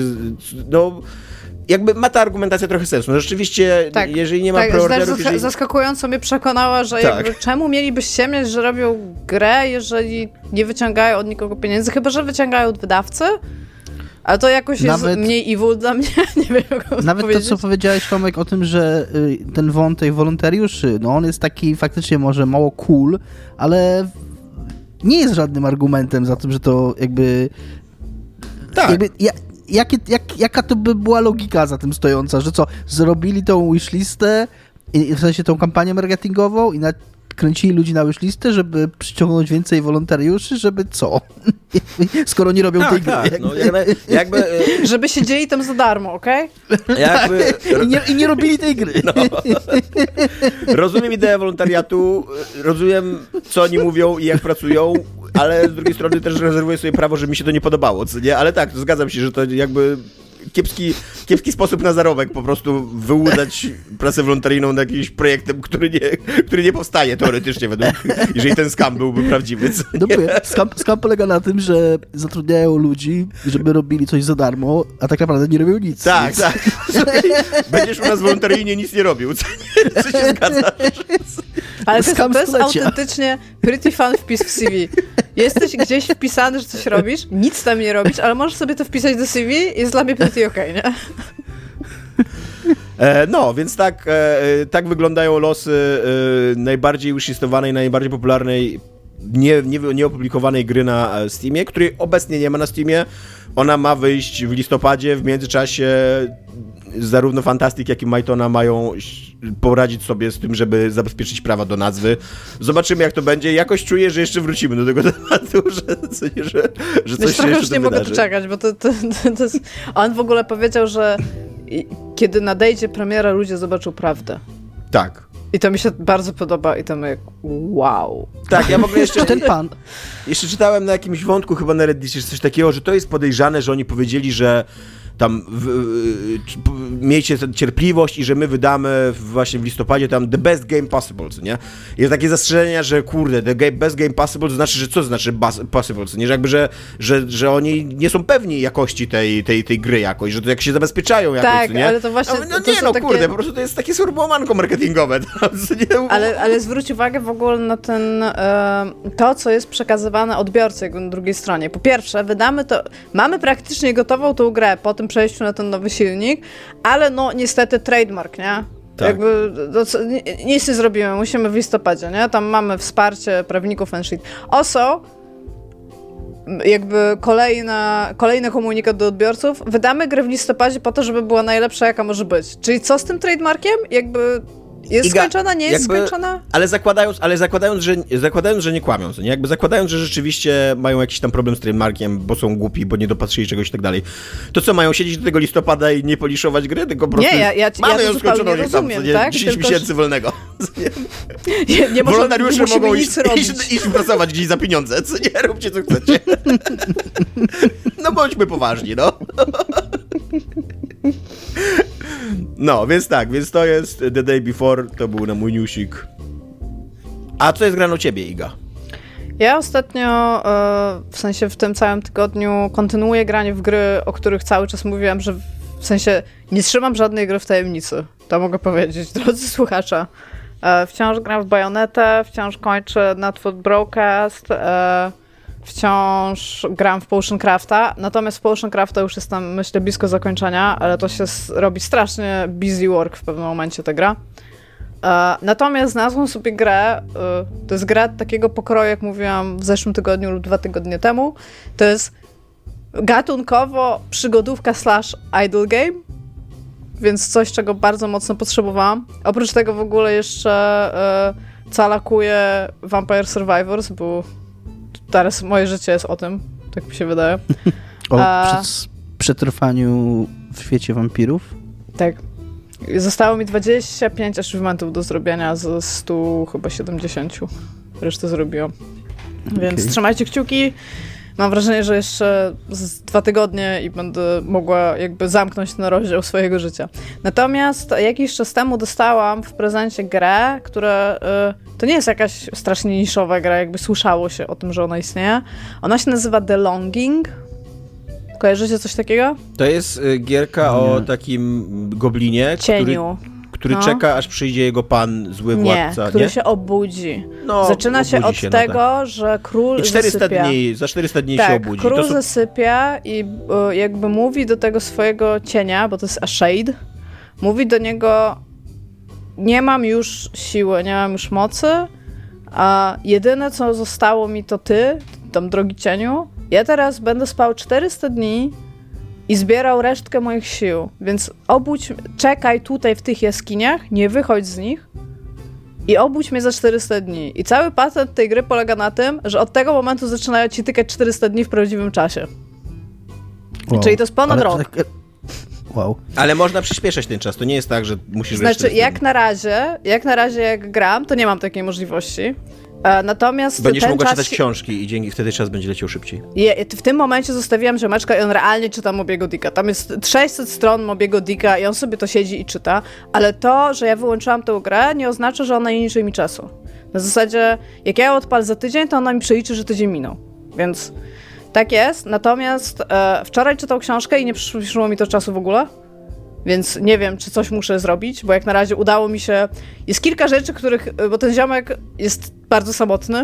jakby ma ta argumentacja trochę sensu. No rzeczywiście, jeżeli nie ma preorderów... Zaskakująco mnie przekonała, że czemu mieliby ściemniać, że robią grę, jeżeli nie wyciągają od nikogo pieniędzy, chyba że wyciągają od wydawcy? Ale to jakoś jest mniej evil dla mnie, nie wiem jak nawet powiedzieć. To, co powiedziałeś, Tomek, o tym, że ten wątek wolontariuszy, no on jest taki faktycznie może mało cool, ale nie jest żadnym argumentem za tym, że to jakby... Tak. Jakby, jaka to by była logika za tym stojąca, że co, zrobili tą wishlistę, w sensie tą kampanię marketingową i kręcili ludzi na wishlistę, żeby przyciągnąć więcej wolontariuszy, żeby co? Skoro nie robią tej gry. Jakby... Żeby siedzieli tam za darmo, okej? I nie robili tej gry. No. Rozumiem ideę wolontariatu, rozumiem, co oni mówią i jak pracują, ale z drugiej strony też rezerwuję sobie prawo, że mi się to nie podobało, co nie? Ale tak, to zgadzam się, że to jakby kiepski sposób na zarobek, po prostu wyłudzać pracę wolontaryjną nad jakimś projektem, który nie powstaje teoretycznie, jeżeli ten scam byłby prawdziwy. No scam polega na tym, że zatrudniają ludzi, żeby robili coś za darmo, a tak naprawdę nie robią nic. Tak. Będziesz u nas wolontaryjnie nic nie robił, co się zgadza. Ale to jest autentycznie pretty fun wpis w CV. Jesteś gdzieś wpisany, że coś robisz, nic tam nie robisz, ale możesz sobie to wpisać do CV, jest dla mnie pretty okej, nie? No, więc tak wyglądają losy najbardziej wishlistowanej, najbardziej popularnej, nieopublikowanej gry na Steamie, której obecnie nie ma na Steamie. Ona ma wyjść w listopadzie, w międzyczasie zarówno Fantastic, jak i Mytona mają poradzić sobie z tym, żeby zabezpieczyć prawa do nazwy. Zobaczymy, jak to będzie. Jakoś czuję, że jeszcze wrócimy do tego tematu, że coś się jeszcze nie mogę doczekać, bo to jest... On w ogóle powiedział, że kiedy nadejdzie premiera, ludzie zobaczą prawdę. Tak. I to mi się bardzo podoba i to my wow. Tak, ja w ogóle jeszcze... Ten pan. Jeszcze czytałem na jakimś wątku chyba na Reddicie coś takiego, że to jest podejrzane, że oni powiedzieli, że tam miejcie cierpliwość i że my wydamy właśnie w listopadzie tam the best game possible, co nie? Jest takie zastrzeżenia, że kurde, best game possible to znaczy, że co to znaczy possible, co nie? Że jakby, że oni nie są pewni jakości tej gry jakoś, że to jak się zabezpieczają jakoś, tak, co nie? Ale to właśnie... kurde, po prostu to jest takie sformułowanko marketingowe. Ale zwróć uwagę w ogóle na to, co jest przekazywane odbiorcy jakby na drugiej stronie. Po pierwsze, mamy praktycznie gotową tą grę po tym przejściu na ten nowy silnik, ale no niestety trademark, nie? Tak. Jakby nic nie zrobimy, musimy w listopadzie, nie? Tam mamy wsparcie prawników and shit. Also, jakby kolejny komunikat do odbiorców, wydamy grę w listopadzie po to, żeby była najlepsza, jaka może być. Czyli co z tym trademarkiem? Jakby jest skończona, nie jest skończona? Ale zakładając, że nie kłamią, nie? Jakby zakładając, że rzeczywiście mają jakiś tam problem z trademarkiem, bo są głupi, bo nie dopatrzyli czegoś i tak dalej, to co, mają siedzieć do tego listopada i nie poliszować gry? Tylko po prostu mamy ją skończoną, niech tam, tak? 10 miesięcy wolnego. Nie wolontariusze mogą iść pracować gdzieś za pieniądze, co nie? Róbcie co chcecie. No bądźmy poważni, no. No, więc to jest The Day Before, to był na mój newsik. A co jest grane u ciebie, Iga? Ja ostatnio, w sensie w tym całym tygodniu kontynuuję granie w gry, o których cały czas mówiłam, że w sensie nie trzymam żadnej gry w tajemnicy. To mogę powiedzieć, drodzy słuchacze. Wciąż gram w Bajonetę, wciąż kończę Netfoot Broadcast, wciąż gram w Potioncrafta, natomiast w Potioncrafta już jestem, myślę, blisko zakończenia, ale to się robi strasznie busy work w pewnym momencie ta gra. Natomiast znalazłam sobie grę, to jest gra takiego pokroju, jak mówiłam w zeszłym tygodniu lub 2 tygodnie temu. To jest gatunkowo przygodówka / idle game, więc coś, czego bardzo mocno potrzebowałam. Oprócz tego w ogóle jeszcze calakuję Vampire Survivors, bo teraz moje życie jest o tym, tak mi się wydaje. O przetrwaniu w świecie wampirów? Tak. Zostało mi 25 achievementów do zrobienia ze 100 chyba 70. Resztę zrobiłam. Więc trzymajcie kciuki. Mam wrażenie, że jeszcze z 2 tygodnie i będę mogła jakby zamknąć ten rozdział swojego życia. Natomiast jakiś czas temu dostałam w prezencie grę, która to nie jest jakaś strasznie niszowa gra, jakby słyszało się o tym, że ona istnieje. Ona się nazywa The Longing. Kojarzycie coś takiego? To jest gierka o takim goblinie, cieniu. Który czeka, aż przyjdzie jego pan, zły władca. Który się obudzi. Zaczyna się od tego, że król zasypia. Za 400 dni się obudzi. Król zasypia i jakby mówi do tego swojego cienia, bo to jest a shade, mówi do niego: nie mam już siły, nie mam już mocy, a jedyne co zostało mi to ty, tam drogi cieniu. Ja teraz będę spał 400 dni i zbierał resztkę moich sił, więc czekaj tutaj w tych jaskiniach, nie wychodź z nich i obudź mnie za 400 dni. I cały patent tej gry polega na tym, że od tego momentu zaczynają ci tykać 400 dni w prawdziwym czasie. Wow. Czyli to jest ponad rok. Wow. Ale można przyspieszać ten czas, to nie jest tak, że musisz... Znaczy, jak na razie jak gram, to nie mam takiej możliwości. Natomiast będziesz mogła czytać książki i dzięki wtedy czas będzie leciał szybciej. W tym momencie zostawiłam ziomeczka i on realnie czyta Mobiego Dicka. Tam jest 600 stron Mobiego Dicka i on sobie to siedzi i czyta, ale to, że ja wyłączyłam tę grę, nie oznacza, że ona nie liczy mi czasu. Na zasadzie, jak ja ją odpalę za tydzień, to ona mi przeliczy, że tydzień minął. Więc tak jest. Natomiast wczoraj czytał książkę i nie przyszło mi to czasu w ogóle. Więc nie wiem, czy coś muszę zrobić, bo jak na razie udało mi się... Jest kilka rzeczy, bo ten ziomek jest bardzo samotny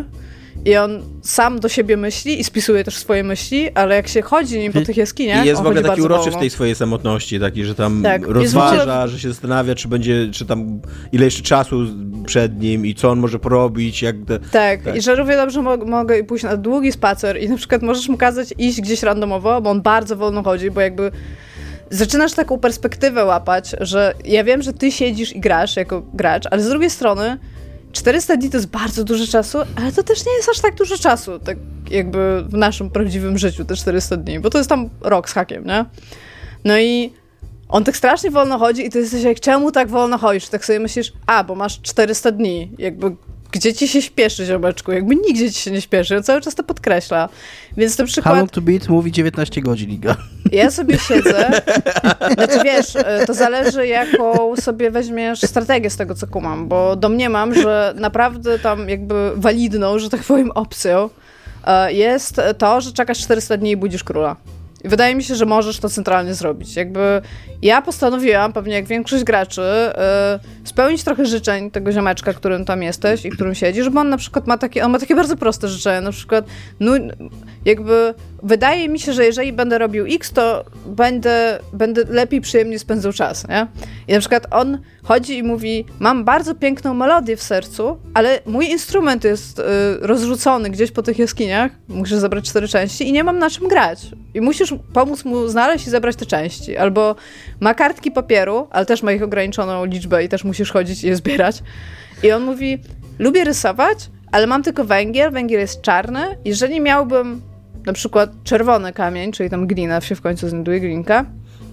I on sam do siebie myśli i spisuje też swoje myśli, ale jak się chodzi nim po tych jaskiniach, i jest w ogóle taki uroczy wolno. w tej swojej samotności, taki, że tam rozważa, że się zastanawia, czy tam ile jeszcze czasu przed nim i co on może porobić. Tak, i że równie dobrze mogę pójść na długi spacer i na przykład możesz mu kazać iść gdzieś randomowo, bo on bardzo wolno chodzi, bo jakby zaczynasz taką perspektywę łapać, że ja wiem, że ty siedzisz i grasz jako gracz, ale z drugiej strony 400 dni to jest bardzo dużo czasu, ale to też nie jest aż tak dużo czasu, tak jakby w naszym prawdziwym życiu te 400 dni, bo to jest tam rok z hakiem, nie? No i on tak strasznie wolno chodzi i ty jesteś jak, czemu tak wolno chodzisz? Tak sobie myślisz, bo masz 400 dni, jakby gdzie ci się śpieszy, ziomeczku? Jakby nigdzie ci się nie śpieszy, on cały czas to podkreśla. Więc na przykład... How long to beat mówi 19 godzin, Iga. Ja sobie siedzę, znaczy wiesz, to zależy jaką sobie weźmiesz strategię z tego, co kumam, bo domniemam, że naprawdę tam jakby walidną, że tak powiem, opcją jest to, że czekasz 400 dni i budzisz króla. I wydaje mi się, że możesz to centralnie zrobić. Jakby ja postanowiłam, pewnie jak większość graczy, spełnić trochę życzeń tego ziomeczka, którym tam jesteś i którym siedzisz, bo on na przykład ma takie bardzo proste życzenia, na przykład jakby wydaje mi się, że jeżeli będę robił X, to będę lepiej, przyjemnie spędzał czas, nie? I na przykład on chodzi i mówi, mam bardzo piękną melodię w sercu, ale mój instrument jest rozrzucony gdzieś po tych jaskiniach, muszę zebrać 4 części i nie mam na czym grać. I musisz pomóc mu znaleźć i zebrać te części. Albo ma kartki papieru, ale też ma ich ograniczoną liczbę i też musisz chodzić i je zbierać. I on mówi, lubię rysować, ale mam tylko węgiel jest czarny. Jeżeli miałbym na przykład czerwony kamień, czyli tam glina, się w końcu znajduje glinka,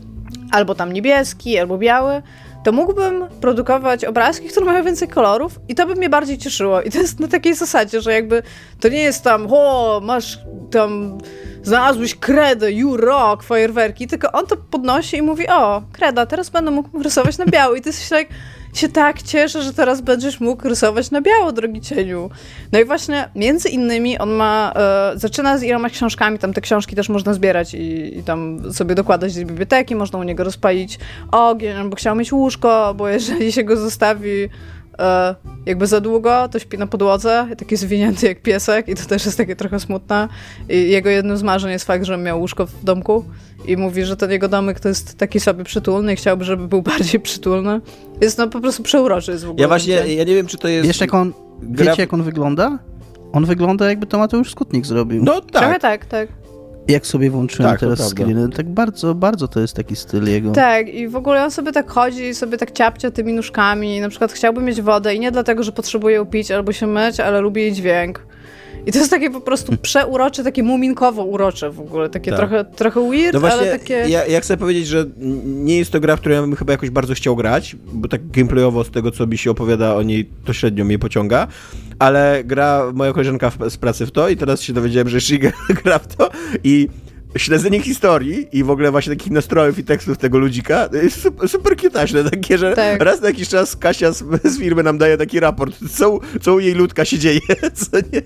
albo tam niebieski, albo biały, to mógłbym produkować obrazki, które mają więcej kolorów i to by mnie bardziej cieszyło. I to jest na takiej zasadzie, że jakby to nie jest tam, masz tam, znalazłeś kredę, you rock, fajerwerki, tylko on to podnosi i mówi, kreda, teraz będę mógł rysować na biało. I ty się tak cieszę, że teraz będziesz mógł rysować na biało, drogi cieniu. No i właśnie między innymi on zaczyna z iloma książkami, tam te książki też można zbierać i tam sobie dokładać do biblioteki, można u niego rozpalić ogień, bo chciał mieć łóżko, bo jeżeli się go zostawi jakby za długo, to śpi na podłodze, taki zwinięty jak piesek i to też jest takie trochę smutne. I jego jednym z marzeń jest fakt, że miał łóżko w domku i mówi, że ten jego domek to jest taki sobie przytulny i chciałby, żeby był bardziej przytulny. Jest po prostu przeuroczy jest w ogóle. Ja nie wiem, czy to jest... Wiecie, jak on wygląda? On wygląda, jakby to Mateusz Skutnik zrobił. No tak. Trochę tak. Jak sobie włączyłem teraz screeny, tak bardzo, bardzo to jest taki styl jego. Tak, i w ogóle on sobie tak chodzi i sobie tak ciapcia tymi nóżkami. Na przykład chciałby mieć wodę i nie dlatego, że potrzebuje upić albo się myć, ale lubi jej dźwięk. I to jest takie po prostu przeurocze, takie muminkowo urocze w ogóle, takie trochę weird, no właśnie, ale takie... Ja chcę powiedzieć, że nie jest to gra, w której ja bym chyba jakoś bardzo chciał grać, bo tak gameplayowo z tego, co mi się opowiada o niej, to średnio mnie pociąga, ale gra moja koleżanka z pracy w to i teraz się dowiedziałem, że jeszcze gra w to i śledzenie historii i w ogóle właśnie takich nastrojów i tekstów tego ludzika jest super cutaśne, takie, że raz na jakiś czas Kasia z firmy nam daje taki raport, co u jej ludka się dzieje, co nie?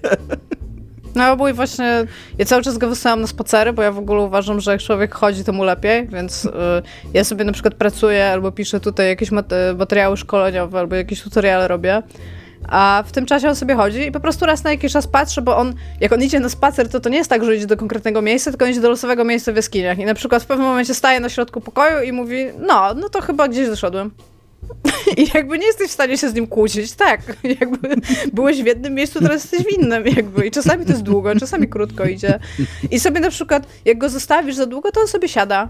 No bo i właśnie ja cały czas go wysyłam na spacery, bo ja w ogóle uważam, że jak człowiek chodzi, to mu lepiej, więc ja sobie na przykład pracuję albo piszę tutaj jakieś materiały szkoleniowe albo jakieś tutoriale robię, a w tym czasie on sobie chodzi i po prostu raz na jakiś czas patrzy, bo jak on idzie na spacer, to nie jest tak, że idzie do konkretnego miejsca, tylko on idzie do losowego miejsca w jaskiniach i na przykład w pewnym momencie staje na środku pokoju i mówi, no to chyba gdzieś doszedłem. I jakby nie jesteś w stanie się z nim kłócić, tak, jakby byłeś w jednym miejscu, teraz jesteś w innym, jakby i czasami to jest długo, czasami krótko idzie i sobie na przykład, jak go zostawisz za długo, to on sobie siada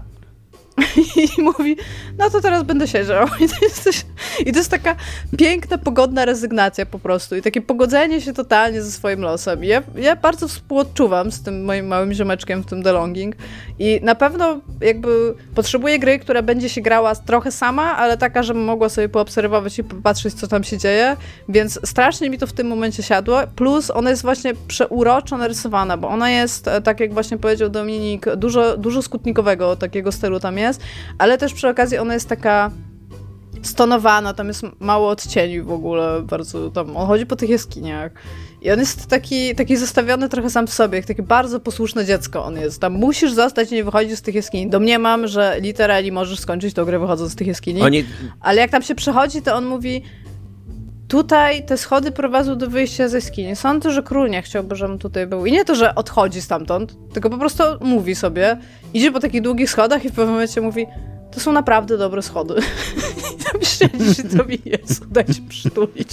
i mówi, no to teraz będę siedział. I to jest taka piękna, pogodna rezygnacja po prostu i takie pogodzenie się totalnie ze swoim losem. I ja bardzo współodczuwam z tym moim małym ziomeczkiem w tym The Longing i na pewno jakby potrzebuję gry, która będzie się grała trochę sama, ale taka, żebym mogła sobie poobserwować i popatrzeć, co tam się dzieje, więc strasznie mi to w tym momencie siadło, plus ona jest właśnie przeuroczo narysowana, bo ona jest, tak jak właśnie powiedział Dominik, dużo skutnikowego takiego stylu tam jest, ale też przy okazji ona jest taka stonowana, tam jest mało odcieni w ogóle, bardzo tam, on chodzi po tych jaskiniach i on jest taki zostawiony trochę sam w sobie, jak takie bardzo posłuszne dziecko on jest, tam musisz zostać i nie wychodzić z tych jaskini. Domniemam, że literalnie możesz skończyć tę grę wychodząc z tych jaskini, ale jak tam się przechodzi, to on mówi, tutaj te schody prowadzą do wyjścia ze jaskini. Sądzę, że król nie chciałby, żebym tutaj był. I nie to, że odchodzi stamtąd, tylko po prostu mówi sobie, idzie po takich długich schodach i w pewnym momencie mówi, to są naprawdę dobre schody. I tam siedzisz i to mi jest, dajcie przytulić.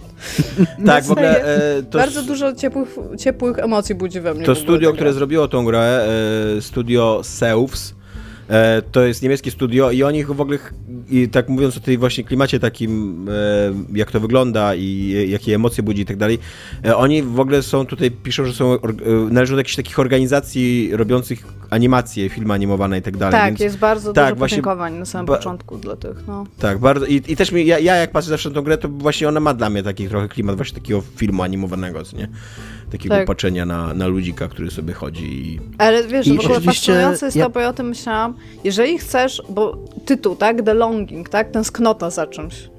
Tak, w ogóle... Bardzo dużo ciepłych emocji budzi we mnie. To studio, które zrobiło tą grę, studio Seufs, to jest niemieckie studio i oni w ogóle, i tak mówiąc o tej właśnie klimacie takim, jak to wygląda i jakie emocje budzi i tak dalej, oni w ogóle są tutaj, piszą, że są, należą do jakichś takich organizacji robiących animacje, filmy animowane i tak dalej. Tak, więc, jest bardzo dużo podziękowań na samym początku dla tych, no. Tak, bardzo, i też ja jak patrzę zawsze na tą grę, to właśnie ona ma dla mnie taki trochę klimat właśnie takiego filmu animowanego, nie? Takiego patrzenia na ludzika, który sobie chodzi. Ale wiesz, w ogóle fascynujące jest to, bo ja o tym myślałam, jeżeli chcesz, bo tytuł, tak, The Longing, tak, tęsknota za czymś,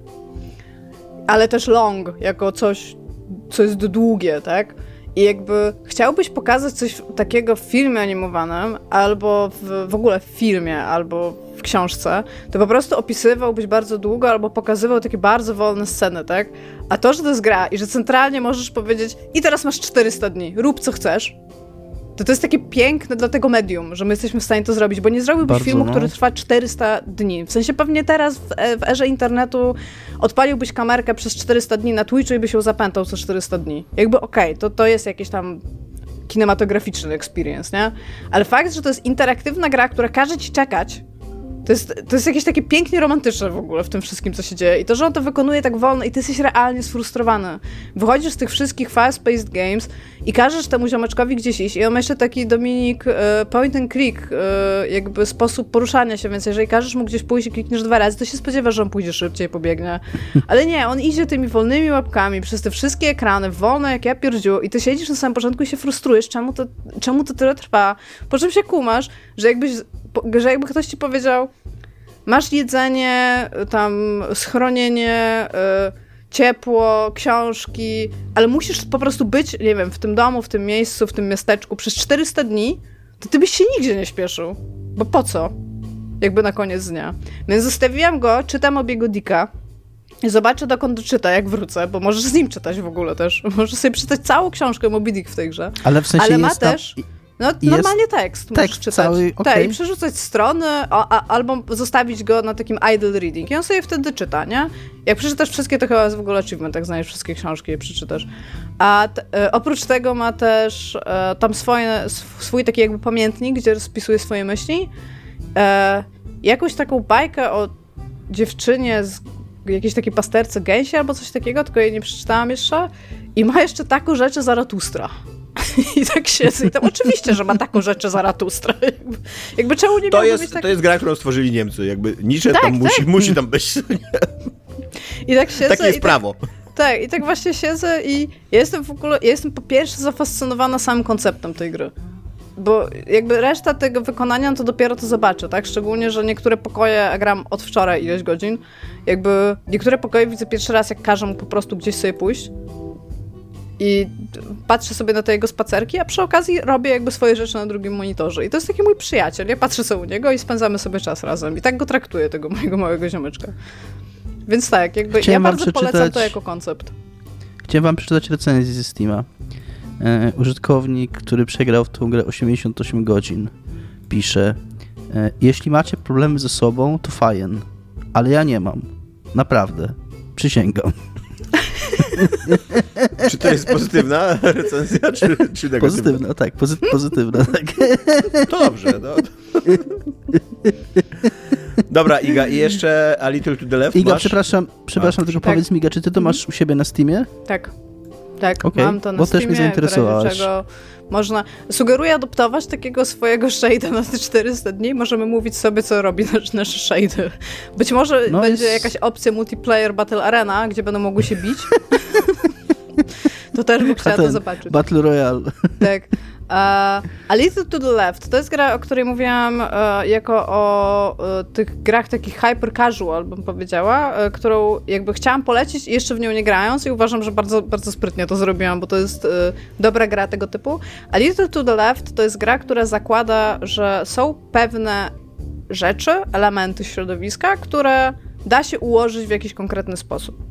ale też long, jako coś, co jest długie, tak, i jakby chciałbyś pokazać coś takiego w filmie animowanym, albo w ogóle w filmie, albo w książce, to po prostu opisywałbyś bardzo długo, albo pokazywał takie bardzo wolne sceny, tak? A to, że to jest gra i że centralnie możesz powiedzieć i teraz masz 400 dni, rób co chcesz, to jest takie piękne dla tego medium, że my jesteśmy w stanie to zrobić, bo nie zrobiłbyś bardzo, filmu, który trwa 400 dni. W sensie pewnie teraz w erze internetu odpaliłbyś kamerkę przez 400 dni na Twitchu i byś ją zapętał co 400 dni. Jakby okej, to jest jakiś tam kinematograficzny experience, nie? Ale fakt, że to jest interaktywna gra, która każe ci czekać, to jest jakieś takie pięknie romantyczne w ogóle w tym wszystkim, co się dzieje. I to, że on to wykonuje tak wolno i ty jesteś realnie sfrustrowany. Wychodzisz z tych wszystkich fast-paced games i każesz temu ziomeczkowi gdzieś iść. I on ma jeszcze taki, Dominik, point and click, jakby sposób poruszania się, więc jeżeli każesz mu gdzieś pójść i klikniesz 2 razy, to się spodziewasz, że on pójdzie szybciej, pobiegnie. Ale nie, on idzie tymi wolnymi łapkami przez te wszystkie ekrany, wolne jak ja pierdziu, i ty siedzisz na samym początku i się frustrujesz, czemu to tyle trwa. Po czym się kumasz, że jakby ktoś ci powiedział, masz jedzenie, tam schronienie, ciepło, książki, ale musisz po prostu być, nie wiem, w tym domu, w tym miejscu, w tym miasteczku przez 400 dni, to ty byś się nigdzie nie śpieszył. Bo po co? Jakby na koniec dnia. Więc zostawiłam go, czytam Moby'ego Dicka i zobaczę, dokąd doczyta, jak wrócę, bo możesz z nim czytać w ogóle też. Możesz sobie przeczytać całą książkę Moby Dick w tej grze. Ale w sensie ale ma też... normalnie tekst możesz czytać. Cały, okay. Tak, i przerzucać strony, albo zostawić go na takim idle reading. I on sobie wtedy czyta, nie? Jak przeczytasz wszystkie, to chyba jest w ogóle achievement, jak znajdziesz wszystkie książki i je przeczytasz. A oprócz tego ma też tam swój taki jakby pamiętnik, gdzie spisuje swoje myśli. Jakąś taką bajkę o dziewczynie z jakiejś takiej pasterce gęsi albo coś takiego, tylko jej nie przeczytałam jeszcze. I ma jeszcze taką rzeczy Zaratustra. I tak siedzę i tam oczywiście, że ma taką rzeczy Zaratustra. Jakby czemu nie miałby być tak... To jest gra, którą stworzyli Niemcy. Jakby Nietzsche tam musi tam być. I tak siedzę. Takie jest prawo. Tak, i tak właśnie siedzę i jestem po pierwsze zafascynowana samym konceptem tej gry. Bo jakby reszta tego wykonania to dopiero to zobaczę, tak? Szczególnie, że niektóre pokoje, a gram od wczoraj ileś godzin, jakby niektóre pokoje widzę pierwszy raz, jak każę mu po prostu gdzieś sobie pójść. I patrzę sobie na te jego spacerki, a przy okazji robię jakby swoje rzeczy na drugim monitorze. I to jest taki mój przyjaciel. Ja patrzę sobie u niego i spędzamy sobie czas razem. I tak go traktuję, tego mojego małego ziomeczka. Więc tak, jakby ja bardzo polecam to jako koncept. Chciałem wam przeczytać recenzję ze Steama. Użytkownik, który przegrał w tą grę 88 godzin, pisze: jeśli macie problemy ze sobą, to fajnie, ale ja nie mam. Naprawdę. Przysięgam. Czy to jest pozytywna recenzja, czy negatywna? Pozytywna, tak. Pozytywna, tak. To dobrze. No. Dobra, Iga, i jeszcze A Little to the Left. Iga, przepraszam, tylko powiedz mi, Iga, czy ty to masz u siebie na Steamie? Tak. Tak, okay, mam to na bo Steamie, też mnie zainteresowałaś. czego można... Sugeruję adoptować takiego swojego shade'a na te 400 dni. Możemy mówić sobie, co robi nasze shade'y. Być może będzie jakaś opcja multiplayer Battle Arena, gdzie będą mogły się bić. To też bym chciała to zobaczyć. Battle Royale. Tak. A Little to the Left to jest gra, o której mówiłam jako o tych grach takich hyper casual, bym powiedziała, którą jakby chciałam polecić jeszcze w nią nie grając i uważam, że bardzo, bardzo sprytnie to zrobiłam, bo to jest dobra gra tego typu. A Little to the Left to jest gra, która zakłada, że są pewne rzeczy, elementy środowiska, które da się ułożyć w jakiś konkretny sposób.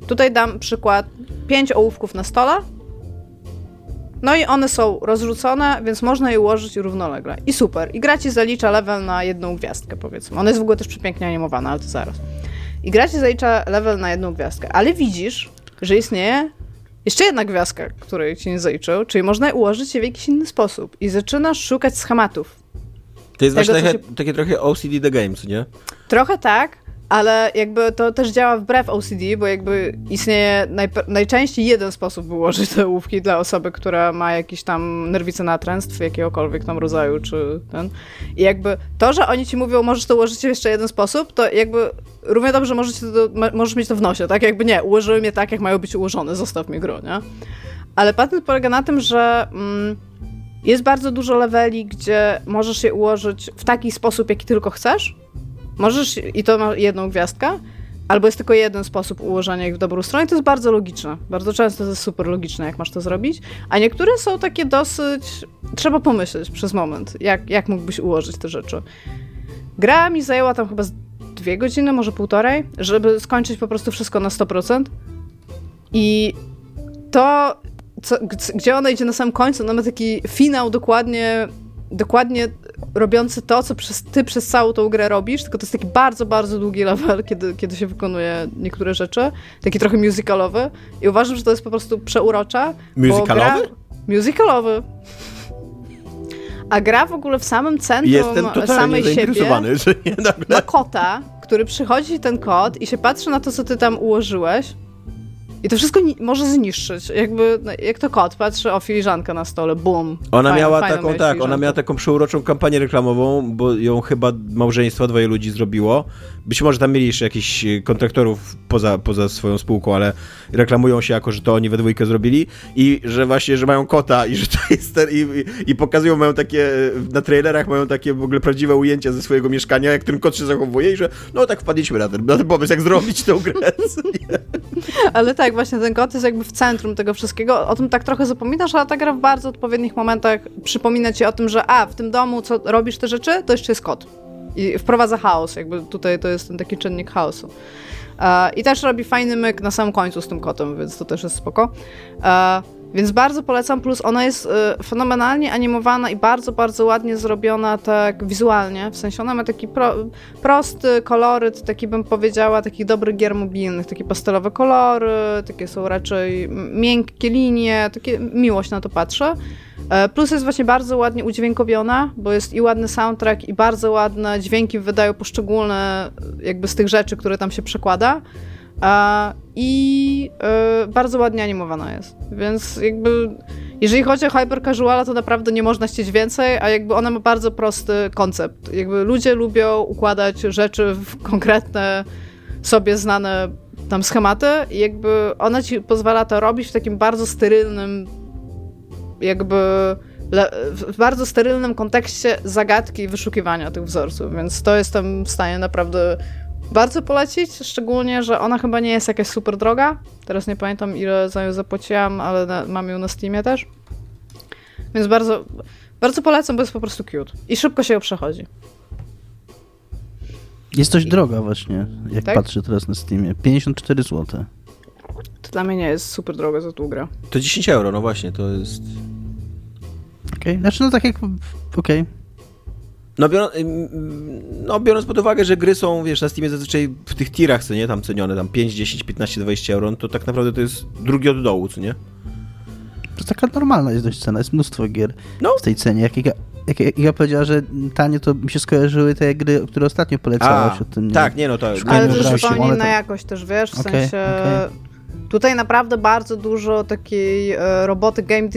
tutaj dam przykład 5 ołówków na stole, no i one są rozrzucone, więc można je ułożyć równolegle. I super. I gra ci zalicza level na 1 gwiazdkę, powiedzmy. Ona jest w ogóle też przepięknie animowana, ale to zaraz. I gra ci zalicza level na 1 gwiazdkę, ale widzisz, że istnieje jeszcze jedna gwiazdka, której ci nie zaliczył, czyli można je ułożyć je w jakiś inny sposób. I zaczynasz szukać schematów. To jest właśnie takie trochę OCD the Games, nie? Trochę tak, ale jakby to też działa wbrew OCD, bo jakby istnieje najczęściej jeden sposób wyłożyć te ołówki dla osoby, która ma jakiś tam nerwice natręstw jakiegokolwiek tam rodzaju, czy ten. I jakby to, że oni ci mówią, możesz to ułożyć w jeszcze jeden sposób, to jakby równie dobrze możesz mieć to w nosie, tak? Jakby nie, ułożyłem je tak, jak mają być ułożone, zostaw mi gro, nie? Ale patent polega na tym, że jest bardzo dużo leveli, gdzie możesz je ułożyć w taki sposób, jaki tylko chcesz. Możesz, i to ma 1 gwiazdkę, albo jest tylko jeden sposób ułożenia ich w dobrą stronę i to jest bardzo logiczne. Bardzo często to jest super logiczne, jak masz to zrobić. A niektóre są takie dosyć... Trzeba pomyśleć przez moment, jak mógłbyś ułożyć te rzeczy. Gra mi zajęła tam chyba 2 godziny, może 1,5, żeby skończyć po prostu wszystko na 100%. I to, gdzie ona idzie na samym końcu, ona ma taki finał dokładnie robiący to, co ty przez całą tą grę robisz, tylko to jest taki bardzo, bardzo długi level, kiedy się wykonuje niektóre rzeczy, taki trochę musicalowy i uważam, że to jest po prostu przeurocze. Musicalowy? Musicalowy. A gra w ogóle w samym centrum samej siebie że nie, ma kota, który przychodzi ten kot i się patrzy na to, co ty tam ułożyłeś i to wszystko może zniszczyć. Jakby, jak to kot patrzy, o, filiżanka na stole, bum. Ona miała taką przeuroczą kampanię reklamową, bo ją chyba małżeństwo 2 ludzi zrobiło. Być może tam mieli jeszcze jakichś kontraktorów poza swoją spółką, ale reklamują się jako, że to oni we dwójkę zrobili i że właśnie, że mają kota i że to jest ten, i pokazują, mają takie, na trailerach mają takie w ogóle prawdziwe ujęcia ze swojego mieszkania, jak ten kot się zachowuje i że no tak wpadliśmy na ten pomysł, jak zrobić tą grę. Ale tak, właśnie ten kot jest jakby w centrum tego wszystkiego. O tym tak trochę zapominasz, ale ta gra w bardzo odpowiednich momentach przypomina ci o tym, że w tym domu, co robisz te rzeczy, to jeszcze jest kot. I wprowadza chaos, jakby tutaj to jest ten taki czynnik chaosu. I też robi fajny myk na samym końcu z tym kotem, więc to też jest spoko. Więc bardzo polecam, plus ona jest fenomenalnie animowana i bardzo, bardzo ładnie zrobiona tak wizualnie, w sensie ona ma taki prosty koloryt, taki bym powiedziała, takich dobrych gier mobilnych, takie pastelowe kolory, takie są raczej miękkie linie, takie miło się na to patrzę. Plus jest właśnie bardzo ładnie udźwiękowiona, bo jest i ładny soundtrack, i bardzo ładne dźwięki wydają poszczególne jakby z tych rzeczy, które tam się przekłada. I bardzo ładnie animowana jest, więc jakby jeżeli chodzi o hyper casuala, to naprawdę nie można chcieć więcej, a jakby ona ma bardzo prosty koncept. Jakby ludzie lubią układać rzeczy w konkretne, sobie znane tam schematy i jakby ona ci pozwala to robić w takim bardzo sterylnym w bardzo sterylnym kontekście zagadki i wyszukiwania tych wzorców, więc to jestem w stanie naprawdę bardzo polecić, szczególnie, że ona chyba nie jest jakaś super droga. Teraz nie pamiętam, ile za nią zapłaciłam, ale mam ją na Steamie też. Więc bardzo, bardzo polecam, bo jest po prostu cute. I szybko się ją przechodzi. Jest dość droga właśnie, jak patrzę teraz na Steamie. 54 zł. To dla mnie nie jest super droga za tą grę. To 10 euro, no właśnie, to jest... Okej, znaczy no tak jak... Okej. No biorąc pod uwagę, że gry są, wiesz, na Steamie zazwyczaj w tych tirach, co nie, tam cenione, tam 5, 10, 15, 20 euro, no to tak naprawdę to jest drugi od dołu, co nie? To taka normalna jest dość cena, jest mnóstwo gier w tej cenie. Jak Iga powiedziała, że tanie, to mi się skojarzyły te gry, które ostatnio polecałaś o tym. Tak, nie no to... Ale to jest zupełnie inna jakość też, wiesz, w sensie... Tutaj naprawdę bardzo dużo takiej roboty game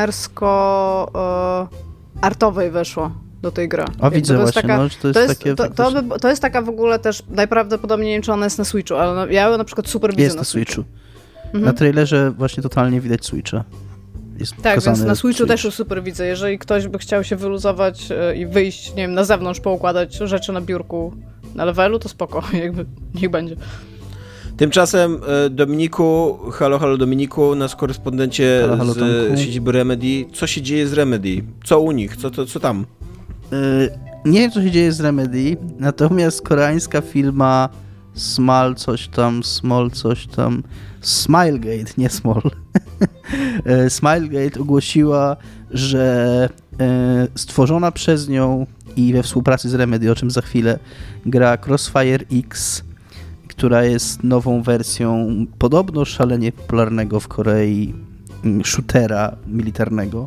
designersko-artowej weszło do tej gry. O, widzę właśnie, to jest taka w ogóle też, najprawdopodobniej nie wiem, czy ona jest na Switchu, ale ja ją na przykład super widzę jest na Switchu. Na trailerze właśnie totalnie widać Switcha. Tak, więc na Switchu też już super widzę. Jeżeli ktoś by chciał się wyluzować i wyjść, nie wiem, na zewnątrz, poukładać rzeczy na biurku na levelu, to spoko, jakby niech będzie. Tymczasem Dominiku, halo Dominiku, nasz korespondencie z siedziby Remedy. Co się dzieje z Remedy? Co u nich? Co tam? Nie wiem, co się dzieje z Remedy, natomiast koreańska firma Small coś tam, Smilegate, nie Small. Smilegate ogłosiła, że stworzona przez nią i we współpracy z Remedy, o czym za chwilę, gra Crossfire X, która jest nową wersją podobno szalenie popularnego w Korei shootera militarnego.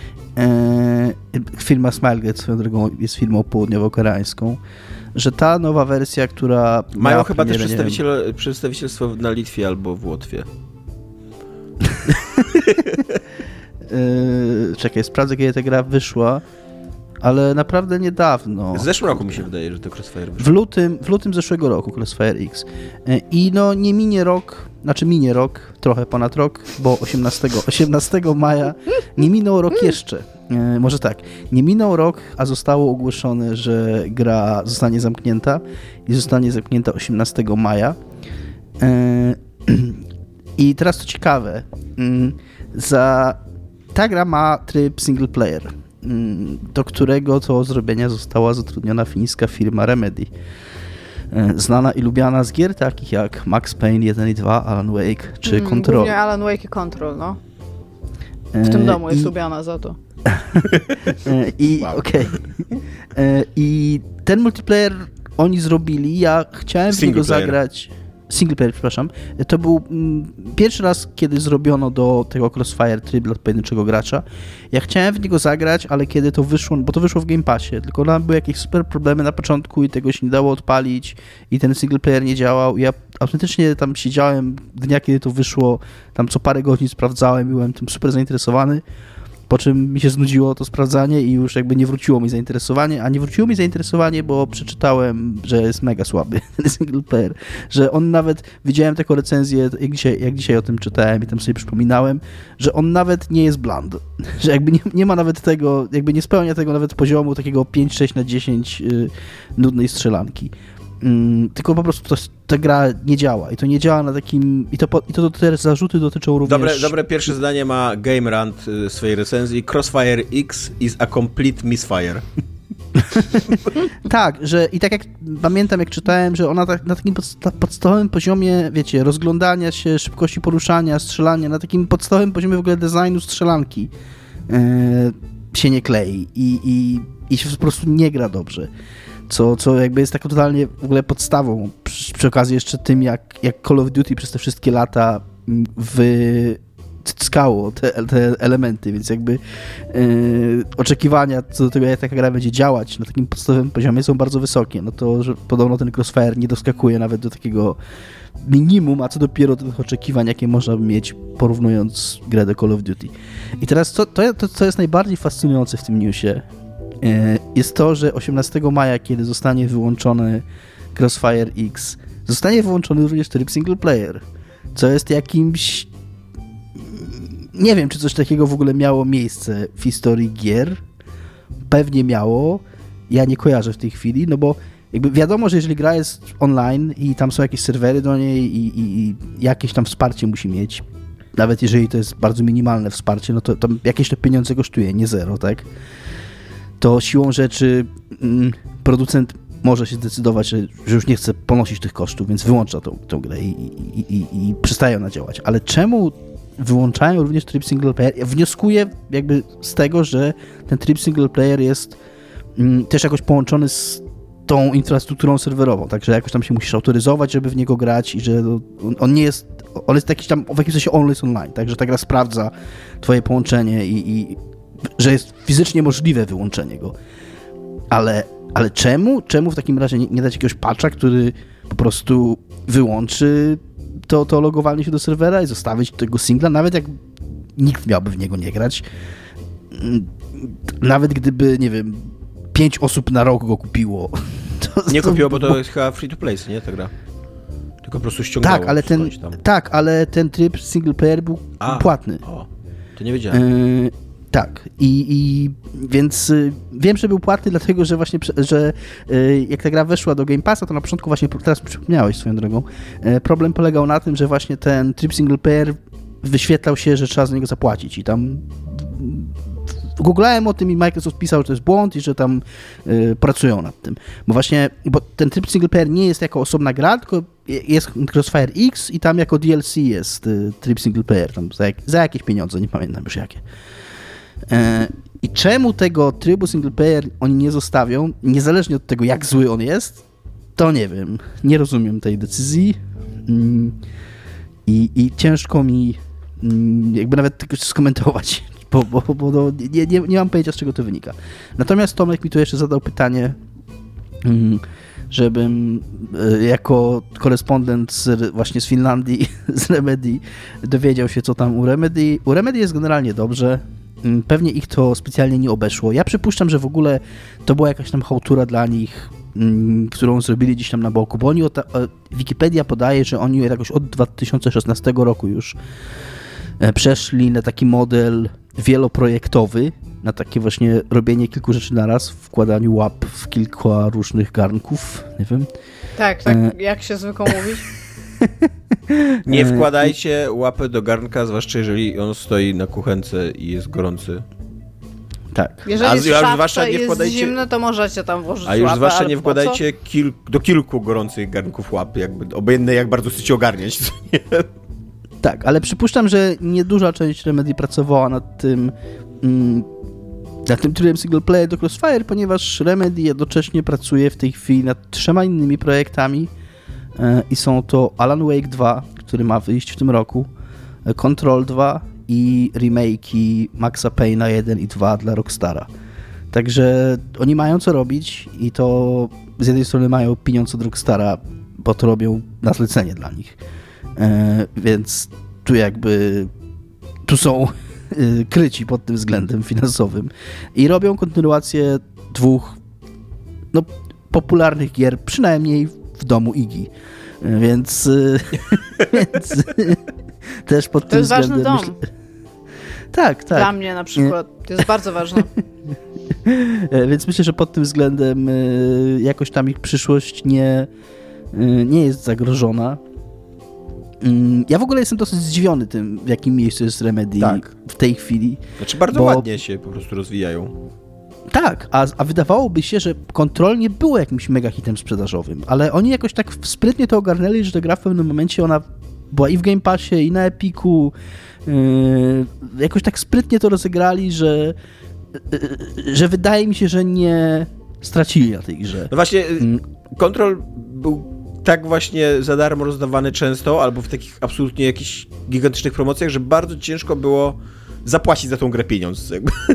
Firma Smilegate, swoją drogą, jest firmą południowo-koreańską, że ta nowa wersja, która... Mają chyba też przedstawicielstwo na Litwie albo w Łotwie. Czekaj, sprawdzę, kiedy ta gra wyszła, ale naprawdę niedawno. W zeszłym roku mi się wydaje, że to Crossfire wyszło. W lutym zeszłego roku Crossfire X. I no nie minie rok, minie rok, trochę ponad rok, bo 18 maja nie minął rok jeszcze. Może tak, nie minął rok, a zostało ogłoszone, że gra zostanie zamknięta i zostanie zamknięta 18 maja. I teraz to ciekawe, ta gra ma tryb single player, do którego to zrobienia została zatrudniona fińska firma Remedy. Znana i lubiana z gier takich jak Max Payne 1 i 2, Alan Wake czy Control. Głównie Alan Wake i Control, no. W tym domu jest lubiana za to. I ten multiplayer oni zrobili, ja chciałem w niego zagrać... Single player, przepraszam. To był pierwszy raz, kiedy zrobiono do tego Crossfire tryb dla pojedynczego gracza. Ja chciałem w niego zagrać, ale kiedy to wyszło, bo to wyszło w Game Passie, tylko tam były jakieś super problemy na początku i tego się nie dało odpalić i ten single player nie działał. Ja autentycznie tam siedziałem dnia, kiedy to wyszło, tam co parę godzin sprawdzałem i byłem tym super zainteresowany. Po czym mi się znudziło to sprawdzanie i już jakby nie wróciło mi zainteresowanie, a nie wróciło mi zainteresowanie, bo przeczytałem, że jest mega słaby ten single player, że on nawet, widziałem taką recenzję, jak dzisiaj o tym czytałem i tam sobie przypominałem, że on nawet nie jest bland, że jakby nie ma nawet tego, jakby nie spełnia tego nawet poziomu takiego 5-6 na 10 nudnej strzelanki. Tylko po prostu ta gra nie działa i to nie działa na takim... I to te zarzuty dotyczą również... Dobre pierwsze zdanie ma Game Rant swojej recenzji. Crossfire X is a complete misfire. Tak, że i tak jak pamiętam, jak czytałem, że ona na takim podstawowym poziomie, wiecie, rozglądania się, szybkości poruszania, strzelania, na takim podstawowym poziomie w ogóle designu strzelanki się nie klei i się po prostu nie gra dobrze. Co jakby jest taką totalnie w ogóle podstawą, przy okazji jeszcze tym, jak Call of Duty przez te wszystkie lata wycyskało te elementy, więc jakby oczekiwania co do tego, jak taka gra będzie działać na takim podstawowym poziomie są bardzo wysokie. No to, że podobno ten Crossfire nie doskakuje nawet do takiego minimum, a co dopiero do tych oczekiwań, jakie można mieć, porównując grę do Call of Duty. I teraz co jest najbardziej fascynujące w tym newsie, jest to, że 18 maja, kiedy zostanie wyłączony Crossfire X, zostanie wyłączony również tryb single player, co jest jakimś... Nie wiem, czy coś takiego w ogóle miało miejsce w historii gier. Pewnie miało. Ja nie kojarzę w tej chwili, no bo jakby wiadomo, że jeżeli gra jest online i tam są jakieś serwery do niej i jakieś tam wsparcie musi mieć, nawet jeżeli to jest bardzo minimalne wsparcie, no to tam jakieś to pieniądze kosztuje, nie zero, tak? To siłą rzeczy producent może się zdecydować, że już nie chce ponosić tych kosztów, więc wyłącza tą grę i przestaje ona działać. Ale czemu wyłączają również tryb single player? Ja wnioskuję jakby z tego, że ten tryb single player jest też jakoś połączony z tą infrastrukturą serwerową, także jakoś tam się musisz autoryzować, żeby w niego grać i że on jest jakiś tam, w jakimś sensie on jest online, także ta gra sprawdza twoje połączenie i że jest fizycznie możliwe wyłączenie go. Ale czemu? Czemu w takim razie nie dać jakiegoś patcha, który po prostu wyłączy to logowanie się do serwera i zostawić tego singla, nawet jak nikt miałby w niego nie grać. Nawet gdyby, nie wiem, 5 osób na rok go kupiło. Nie kupiło, bo to jest chyba free to play, nie, ta gra? Tylko po prostu ściągało. Tak, ale ten tryb single player był płatny. O, to nie wiedziałem. Tak, i więc wiem, że był płatny, dlatego, że właśnie, że jak ta gra weszła do Game Passa, to na początku właśnie, teraz przypomniałeś swoją drogą, problem polegał na tym, że właśnie ten tryb single player wyświetlał się, że trzeba za niego zapłacić i tam googlałem o tym i Microsoft pisał, że to jest błąd i że tam pracują nad tym. Bo ten tryb single player nie jest jako osobna gra, tylko jest Crossfire X i tam jako DLC jest tryb single player, tam za jakieś pieniądze, nie pamiętam już jakie. I czemu tego trybu single player oni nie zostawią, niezależnie od tego, jak zły on jest, to nie wiem. Nie rozumiem tej decyzji i ciężko mi jakby nawet tego skomentować, bo nie mam pojęcia, z czego to wynika. Natomiast Tomek mi tu jeszcze zadał pytanie, żebym jako korespondent właśnie z Finlandii, z Remedy, dowiedział się, co tam u Remedy. U Remedy jest generalnie dobrze. Pewnie ich to specjalnie nie obeszło. Ja przypuszczam, że w ogóle to była jakaś tam chałtura dla nich, którą zrobili gdzieś tam na boku, bo oni Wikipedia podaje, że oni jakoś od 2016 roku już przeszli na taki model wieloprojektowy, na takie właśnie robienie kilku rzeczy naraz, wkładaniu łap w kilka różnych garnków, nie wiem. Tak, jak się zwykło mówić. Nie wkładajcie łapy do garnka, zwłaszcza jeżeli on stoi na kuchence i jest gorący. Tak. Jeżeli w szafce jest zimno, to możecie tam włożyć łapę. A już zwłaszcza nie wkładajcie do kilku gorących garnków łap, jakby obojętnie jak bardzo chcecie ogarniać. Co nie? Tak, ale przypuszczam, że nieduża część Remedy pracowała nad tym trybem single player do Crossfire, ponieważ Remedy jednocześnie pracuje w tej chwili nad 3 innymi projektami i są to Alan Wake 2, który ma wyjść w tym roku, Control 2 i remake'i Maxa Payne'a 1 i 2 dla Rockstara. Także oni mają co robić i to z jednej strony mają pieniądze od Rockstara, bo to robią na zlecenie dla nich. Więc tu są kryci pod tym względem finansowym i robią kontynuację 2 popularnych gier, przynajmniej w domu Iggy. Więc też pod tym względem... To jest ważny dom. Tak. Dla mnie na przykład. To jest bardzo ważne. Więc myślę, że pod tym względem jakoś tam ich przyszłość nie jest zagrożona. Ja w ogóle jestem dosyć zdziwiony tym, w jakim miejscu jest Remedy w tej chwili. Znaczy bardzo ładnie się po prostu rozwijają. Tak, a wydawałoby się, że Control nie było jakimś mega hitem sprzedażowym, ale oni jakoś tak sprytnie to ogarnęli, że ta gra w pewnym momencie ona była i w Game Passie, i na Epiku. Jakoś tak sprytnie to rozegrali, że wydaje mi się, że nie stracili na tej grze. No właśnie, Control był tak właśnie za darmo rozdawany często, albo w takich absolutnie jakichś gigantycznych promocjach, że bardzo ciężko było zapłacić za tą grę pieniądz.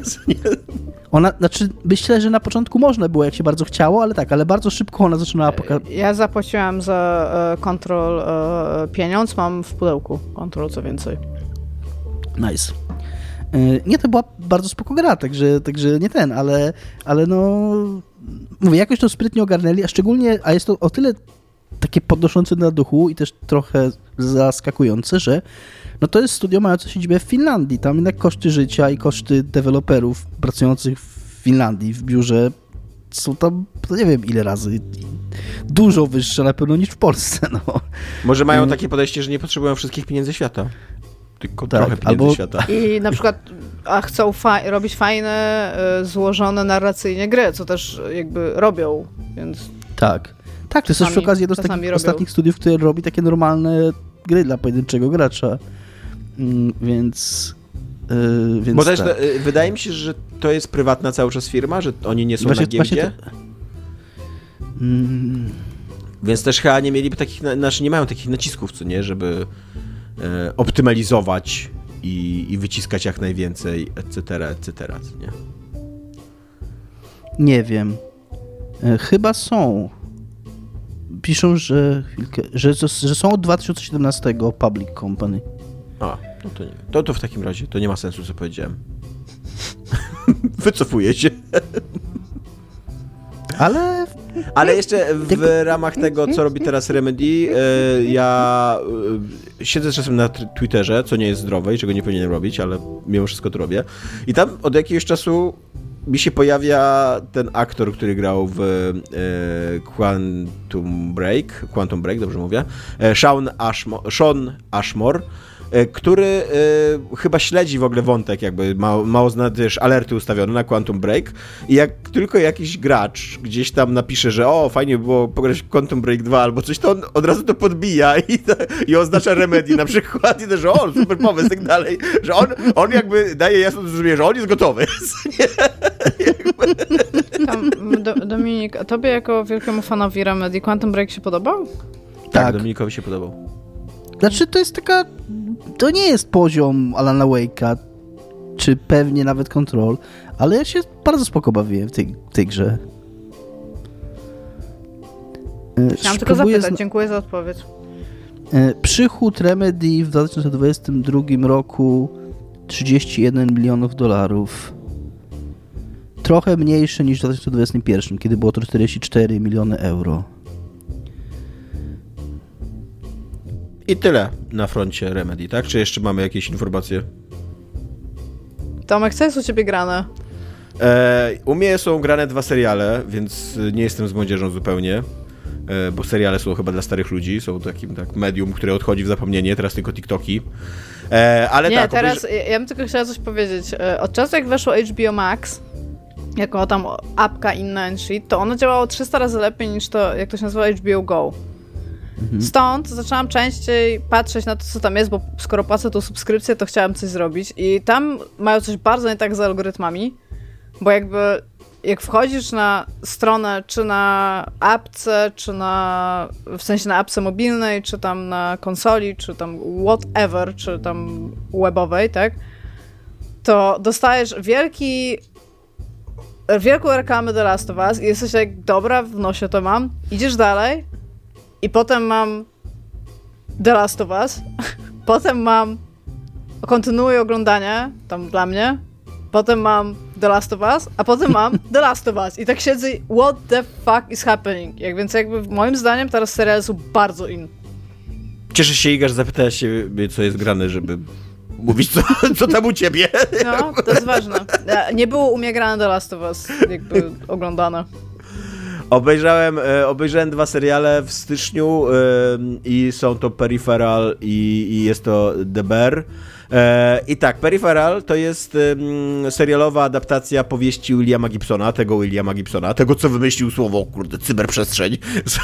Myślę, że na początku można było, jak się bardzo chciało, ale bardzo szybko ona zaczynała pokazać. Ja zapłaciłam za Control pieniądz, mam w pudełku Control, co więcej. Nice. Nie, to była bardzo spoko gra, także nie ale no mówię, jakoś to sprytnie ogarnęli, a jest to o tyle takie podnoszące na duchu i też trochę zaskakujące, że no to jest studio mające siedzibę w Finlandii. Tam jednak koszty życia i koszty deweloperów pracujących w Finlandii w biurze są tam, nie wiem ile razy, dużo wyższe na pewno niż w Polsce. No. Może mają takie podejście, że nie potrzebują wszystkich pieniędzy świata. Tylko trochę pieniędzy świata. I na przykład chcą robić fajne, złożone narracyjnie gry, co też jakby robią, więc... Tak, to jest też przy okazji jedno z takich ostatnich studiów, które robi takie normalne gry dla pojedynczego gracza. Więc bo też tak. Wydaje mi się, że to jest prywatna cały czas firma, że oni nie są na giełdzie. Więc też chyba nie mieliby takich, nie mają takich nacisków, co nie, żeby optymalizować i wyciskać jak najwięcej, etc., nie? Nie wiem. Chyba są. Piszą, że są od 2017 Public Company. A, no to nie. To w takim razie, to nie ma sensu, co powiedziałem. Wycofuję się. Ale jeszcze w ramach tego, co robi teraz Remedy, ja siedzę czasem na Twitterze, co nie jest zdrowe i czego nie powinienem robić, ale mimo wszystko to robię. I tam od jakiegoś czasu mi się pojawia ten aktor, który grał w Quantum Break, dobrze mówię, Sean Ashmore, który chyba śledzi w ogóle wątek, jakby ma też alerty ustawione na Quantum Break i jak tylko jakiś gracz gdzieś tam napisze, że fajnie było pograć w Quantum Break 2 albo coś, to on od razu to podbija i oznacza Remedy na przykład i też, że super pomysł, tak dalej, że on jakby daje jasno do zrozumienia, że on jest gotowy. Dominik, a tobie jako wielkiemu fanowi Remedy Quantum Break się podobał? Tak, Dominikowi się podobał. Znaczy to nie jest poziom Alana Wake'a, czy pewnie nawet Control, ale ja się bardzo spoko bawiłem w tej grze. Chciałam tylko zapytać, dziękuję za odpowiedź. Przychód Remedy w 2022 roku $31 milionów. Trochę mniejszy niż w 2021, kiedy było to 44 miliony euro. I tyle na froncie Remedy, tak? Czy jeszcze mamy jakieś informacje? Tomek, co jest u ciebie grane? U mnie są grane 2 seriale, więc nie jestem z młodzieżą zupełnie, bo seriale są chyba dla starych ludzi, są takim medium, które odchodzi w zapomnienie, teraz tylko TikToki. Ale nie, tak, teraz ja bym tylko chciała coś powiedzieć. Od czasu jak weszło HBO Max, jako tam apka inna and shit, to ono działało 300 razy lepiej niż to, jak to się nazywa, HBO Go. Stąd zaczęłam częściej patrzeć na to, co tam jest, bo skoro płacę tą subskrypcję, to chciałam coś zrobić. I tam mają coś bardzo nie tak z algorytmami, bo jakby jak wchodzisz na stronę, czy na apce, czy w sensie na apce mobilnej, czy tam na konsoli, czy tam whatever, czy tam webowej, tak, to dostajesz wielką reklamę The Last of Us i jesteś jak, dobra, w nosie to mam, idziesz dalej i potem mam The Last of Us, potem mam kontynuuję oglądanie, tam dla mnie, potem mam The Last of Us, a potem mam The Last of Us i tak siedzę i what the fuck is happening? Więc jakby moim zdaniem teraz seriale są bardzo in. Cieszę się, Iga, że zapytałeś się, co jest grane, żeby mówić, co tam u ciebie. No, to jest ważne. Nie było u mnie grane The Last of Us, jakby oglądane. Obejrzałem 2 seriale w styczniu i są to Peripheral i jest to The Bear. I tak, Peripheral to jest serialowa adaptacja powieści Williama Gibsona, tego co wymyślił słowo, cyberprzestrzeń.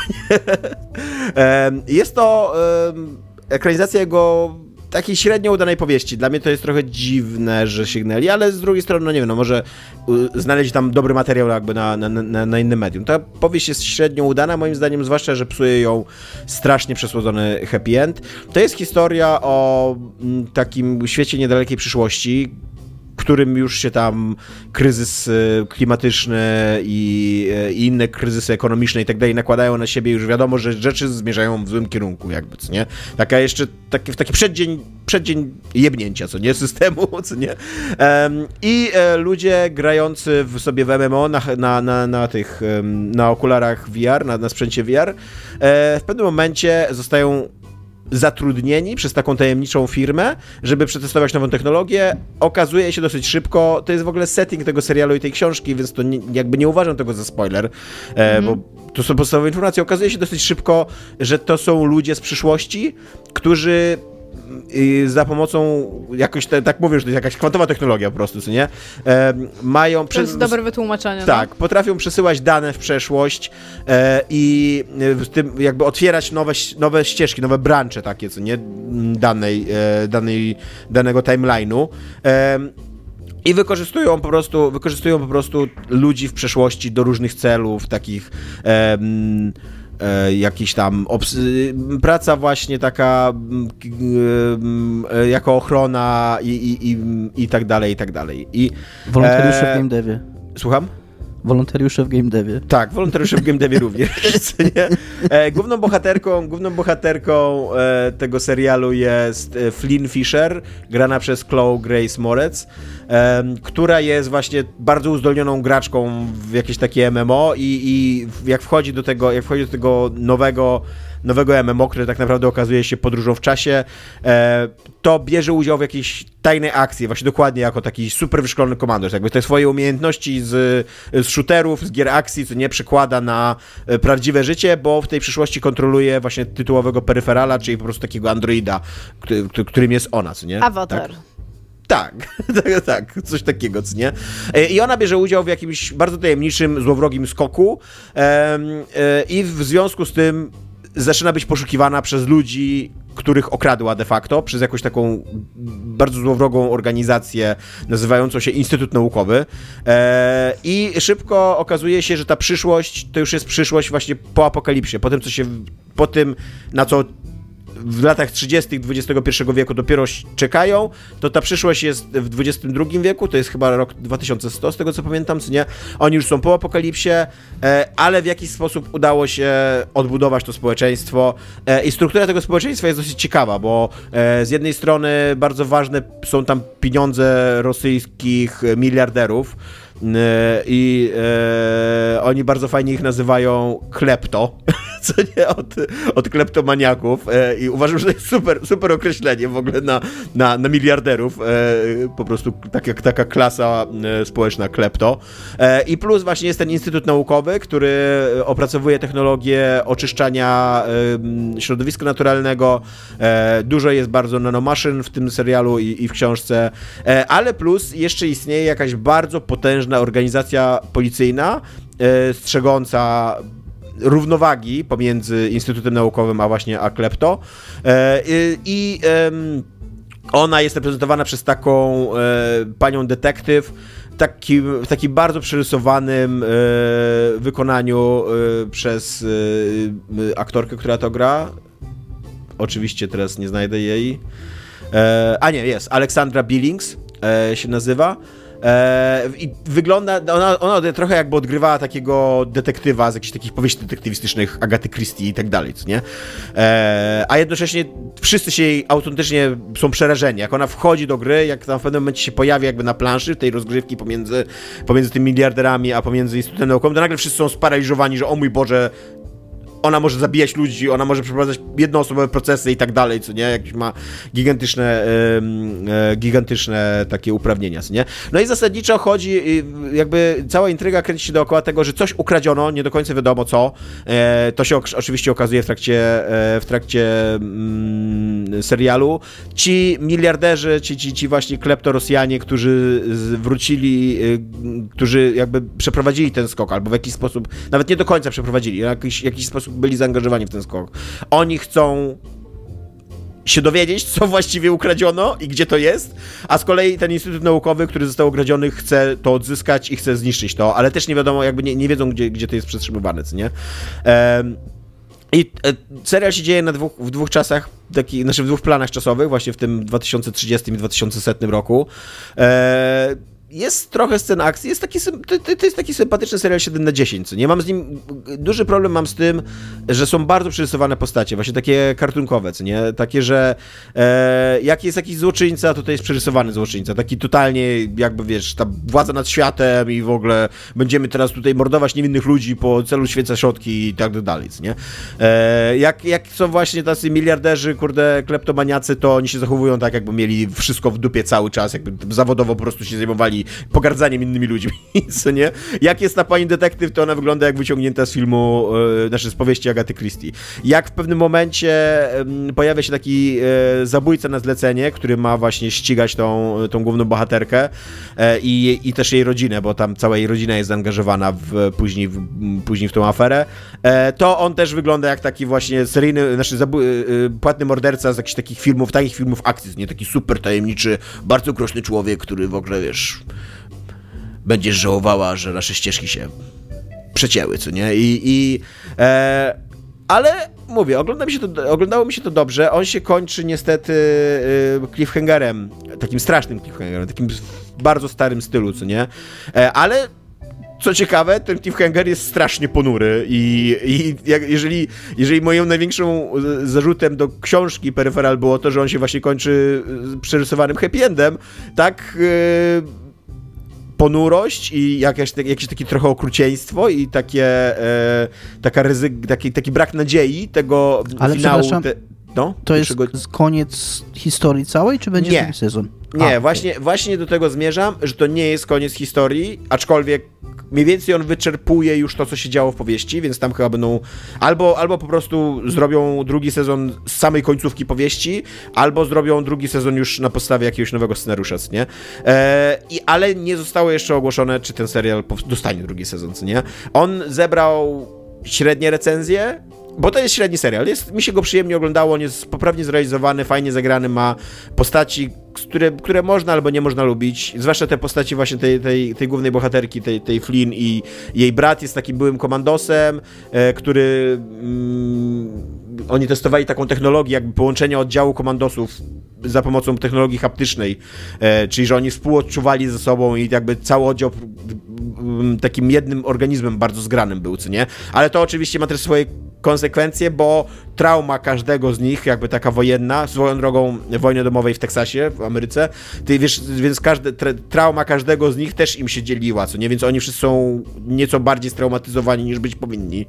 Jest to ekranizacja jego takiej średnio udanej powieści. Dla mnie to jest trochę dziwne, że sięgnęli, ale z drugiej strony, nie wiem, może znaleźć tam dobry materiał jakby na innym medium. Ta powieść jest średnio udana, moim zdaniem, zwłaszcza, że psuje ją strasznie przesłodzony happy end. To jest historia o takim świecie niedalekiej przyszłości, w którym już się tam kryzys klimatyczny i inne kryzysy ekonomiczne i tak dalej nakładają na siebie, już wiadomo, że rzeczy zmierzają w złym kierunku jakby, co nie? Taki przeddzień jebnięcia, co nie? Systemu, co nie? I ludzie grający sobie w MMO na okularach VR, na sprzęcie VR, w pewnym momencie zostają zatrudnieni przez taką tajemniczą firmę, żeby przetestować nową technologię. Okazuje się dosyć szybko, to jest w ogóle setting tego serialu i tej książki, więc to jakby nie uważam tego za spoiler, bo to są podstawowe informacje. Okazuje się dosyć szybko, że to są ludzie z przyszłości, którzy za pomocą jakoś, tak mówię, że to jest jakaś kwantowa technologia po prostu, co nie? Mają... To jest dobre wytłumaczenie. Tak, no? Potrafią przesyłać dane w przeszłość i w tym jakby otwierać nowe ścieżki, nowe brancze takie, co nie? Danego timeline'u. I wykorzystują po prostu ludzi w przeszłości do różnych celów, takich jakiś tam praca właśnie taka jako ochrona i tak dalej, i tak dalej. Wolontariusze w game devie. Słucham? Wolontariusze w game devie. Tak, wolontariusze w game devie również. Nie? Główną bohaterką tego serialu jest Flynn Fisher, grana przez Chloe Grace Moretz, która jest właśnie bardzo uzdolnioną graczką w jakieś takie MMO i jak wchodzi do tego nowego nowego MMO, które tak naprawdę okazuje się podróżą w czasie, to bierze udział w jakiejś tajnej akcji, właśnie dokładnie jako taki super wyszkolony komandor. Jakby te swoje umiejętności z shooterów, z gier akcji, co nie przekłada na prawdziwe życie, bo w tej przyszłości kontroluje właśnie tytułowego peryferala, czyli po prostu takiego androida, którym jest ona, co nie? Awatar. Tak, coś takiego, co nie? I ona bierze udział w jakimś bardzo tajemniczym, złowrogim skoku i w związku z tym zaczyna być poszukiwana przez ludzi, których okradła de facto, przez jakąś taką bardzo złowrogą organizację nazywającą się Instytut Naukowy. I szybko okazuje się, że ta przyszłość to już jest przyszłość właśnie po apokalipsie, po tym, na co w latach 30. XXI wieku dopiero czekają, to ta przyszłość jest w XXI wieku, to jest chyba rok 2100, z tego co pamiętam, co nie? Oni już są po apokalipsie, ale w jakiś sposób udało się odbudować to społeczeństwo i struktura tego społeczeństwa jest dosyć ciekawa, bo z jednej strony bardzo ważne są tam pieniądze rosyjskich miliarderów, i oni bardzo fajnie ich nazywają klepto, co nie, od kleptomaniaków i uważam, że to jest super określenie w ogóle na miliarderów, po prostu taka klasa społeczna klepto. I plus właśnie jest ten Instytut Naukowy, który opracowuje technologię oczyszczania środowiska naturalnego. Dużo jest bardzo nanomaszyn w tym serialu i w książce, ale plus jeszcze istnieje jakaś bardzo potężna organizacja policyjna strzegąca równowagi pomiędzy Instytutem Naukowym a właśnie Klepto i ona jest reprezentowana przez taką panią detektyw w takim bardzo przerysowanym wykonaniu przez aktorkę, która to gra. Oczywiście teraz nie znajdę jej. Jest Aleksandra Billings się nazywa. I wygląda, ona trochę jakby odgrywała takiego detektywa z jakichś takich powieści detektywistycznych Agaty Christie i tak dalej, co nie? A jednocześnie wszyscy jej autentycznie są przerażeni. Jak ona wchodzi do gry, jak tam w pewnym momencie się pojawia jakby na planszy, tej rozgrywki pomiędzy tymi miliarderami, a pomiędzy Instytutem Naukowym, to nagle wszyscy są sparaliżowani, że o mój Boże, ona może zabijać ludzi, ona może przeprowadzać jednoosobowe procesy i tak dalej, co nie? Jakieś ma gigantyczne takie uprawnienia, co nie? No i zasadniczo chodzi, jakby cała intryga kręci się dookoła tego, że coś ukradziono, nie do końca wiadomo co. To się oczywiście okazuje w trakcie serialu. Ci miliarderzy, ci właśnie kleptorosjanie, którzy wrócili, którzy jakby przeprowadzili ten skok, albo w jakiś sposób, nawet nie do końca przeprowadzili, w jakiś sposób byli zaangażowani w ten skok. Oni chcą się dowiedzieć, co właściwie ukradziono i gdzie to jest, a z kolei ten Instytut Naukowy, który został okradziony, chce to odzyskać i chce zniszczyć to, ale też nie wiadomo, jakby nie wiedzą, gdzie to jest przetrzymywane, co nie? I serial się dzieje w dwóch czasach, w dwóch planach czasowych, właśnie w tym 2030 i 2100 roku. Jest trochę scen akcji, to jest taki sympatyczny serial 7/10, co nie? Duży problem mam z tym, że są bardzo przerysowane postacie, właśnie takie kartunkowe, co nie? Takie, że jak jest jakiś złoczyńca, to jest przerysowany złoczyńca, taki totalnie jakby, wiesz, ta władza nad światem i w ogóle będziemy teraz tutaj mordować niewinnych ludzi po celu świeca środki i tak dalej, co nie? Jak są właśnie tacy miliarderzy, kleptomaniacy, to oni się zachowują tak, jakby mieli wszystko w dupie cały czas, jakby zawodowo po prostu się zajmowali pogardzaniem innymi ludźmi, co nie? Jak jest ta pani detektyw, to ona wygląda jak wyciągnięta z filmu, z powieści Agaty Christie. Jak w pewnym momencie pojawia się taki zabójca na zlecenie, który ma właśnie ścigać tą główną bohaterkę i też jej rodzinę, bo tam cała jej rodzina jest zaangażowana później w tą aferę, to on też wygląda jak taki właśnie seryjny, płatny morderca z jakichś takich filmów akcji, nie? Taki super tajemniczy, bardzo groźny człowiek, który w ogóle, wiesz, będziesz żałowała, że nasze ścieżki się przecięły, co nie? Ale mówię, oglądało mi się to dobrze. On się kończy niestety cliffhangerem, takim strasznym cliffhangerem, takim w bardzo starym stylu, co nie? Ale co ciekawe, ten cliffhanger jest strasznie ponury i jeżeli moim największym zarzutem do książki Peryferal było to, że on się właśnie kończy przerysowanym happy endem, tak ponurość i jakieś takie trochę okrucieństwo i taki brak nadziei tego ale finału. No, to jest koniec historii całej, czy będzie drugi sezon? Nie, właśnie do tego zmierzam, że to nie jest koniec historii, aczkolwiek mniej więcej on wyczerpuje już to, co się działo w powieści, więc tam chyba będą albo po prostu zrobią drugi sezon z samej końcówki powieści, albo zrobią drugi sezon już na podstawie jakiegoś nowego scenariusza, nie? Ale nie zostało jeszcze ogłoszone, czy ten serial dostanie drugi sezon, nie? On zebrał średnie recenzje, bo to jest średni serial. Mi się go przyjemnie oglądało, on jest poprawnie zrealizowany, fajnie zagrany, ma postaci, które można albo nie można lubić, zwłaszcza te postaci właśnie tej głównej bohaterki, tej Flynn i jej brat jest takim byłym komandosem, który oni testowali taką technologię, jakby połączenia oddziału komandosów za pomocą technologii haptycznej, czyli że oni współodczuwali ze sobą i jakby cały oddział takim jednym organizmem bardzo zgranym był, co nie? Ale to oczywiście ma też swoje konsekwencje, bo trauma każdego z nich, jakby taka wojenna, swoją drogą wojny domowej w Teksasie, w Ameryce, więc trauma każdego z nich też im się dzieliła, co nie? Więc oni wszyscy są nieco bardziej straumatyzowani niż być powinni.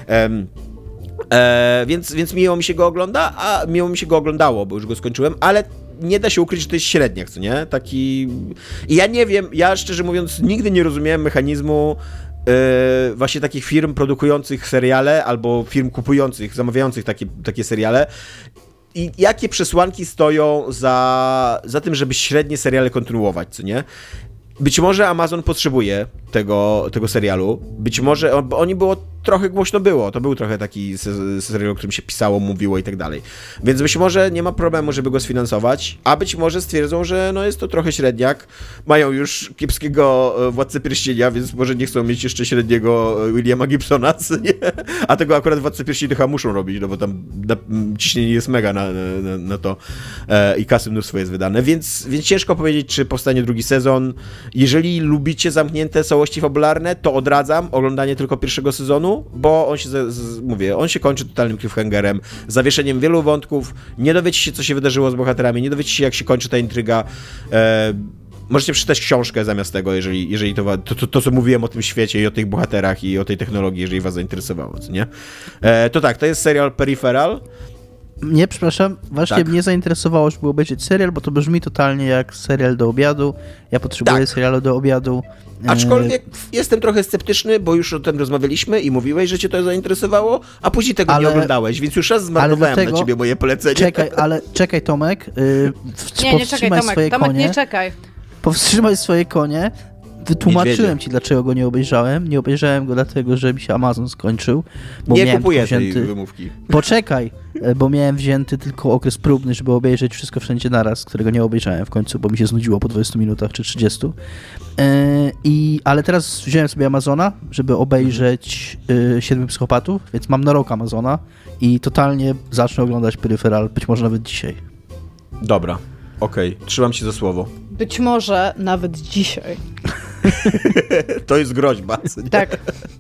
Więc miło mi się go ogląda, a miło mi się go oglądało, bo już go skończyłem, ale nie da się ukryć, że to jest średniak, co nie? Taki... I ja nie wiem, ja szczerze mówiąc nigdy nie rozumiałem mechanizmu właśnie takich firm produkujących seriale albo firm kupujących, zamawiających takie seriale i jakie przesłanki stoją za tym, żeby średnie seriale kontynuować, co nie? Być może Amazon potrzebuje tego serialu, być może trochę głośno było, to był trochę taki serial, o którym się pisało, mówiło i tak dalej. Więc być może nie ma problemu, żeby go sfinansować, a być może stwierdzą, że jest to trochę średniak, mają już kiepskiego Władcę Pierścienia, więc może nie chcą mieć jeszcze średniego Williama Gibsona, nie? A tego akurat Władcę Pierścieni to chyba muszą robić, bo tam ciśnienie jest mega na to i kasy mnóstwo jest wydane, więc ciężko powiedzieć, czy powstanie drugi sezon. Jeżeli lubicie zamknięte całości fabularne, to odradzam oglądanie tylko pierwszego sezonu, bo on się kończy totalnym cliffhangerem, zawieszeniem wielu wątków, nie dowiecie się, co się wydarzyło z bohaterami, nie dowiecie się, jak się kończy ta intryga. Możecie przeczytać książkę zamiast tego, jeżeli to, co mówiłem o tym świecie i o tych bohaterach i o tej technologii, jeżeli was zainteresowało, co nie? To tak, to jest serial Peripheral. Nie, przepraszam, właśnie mnie zainteresowało, żeby obejrzeć serial, bo to brzmi totalnie jak serial do obiadu. Ja potrzebuję serialu do obiadu. Aczkolwiek jestem trochę sceptyczny, bo już o tym rozmawialiesz i mówiłeś, że cię to zainteresowało, a później tego nie oglądałeś, więc już raz zmarnowałem na ciebie moje polecenie. Czekaj Tomek, powstrzymaj swoje konie. Tomek, nie czekaj. Powstrzymaj swoje konie. Wytłumaczyłem ci, dlaczego go nie obejrzałem. Nie obejrzałem go dlatego, że mi się Amazon skończył. Bo nie kupuję tej wymówki. Poczekaj, bo miałem wzięty tylko okres próbny, żeby obejrzeć wszystko wszędzie naraz, którego nie obejrzałem w końcu, bo mi się znudziło po 20 minutach czy 30. Ale teraz wziąłem sobie Amazona, żeby obejrzeć 7 psychopatów, więc mam na rok Amazona i totalnie zacznę oglądać Peripheral, być może nawet dzisiaj. Dobra. Okej, trzymam się za słowo. Być może nawet dzisiaj. To jest groźba. Tak.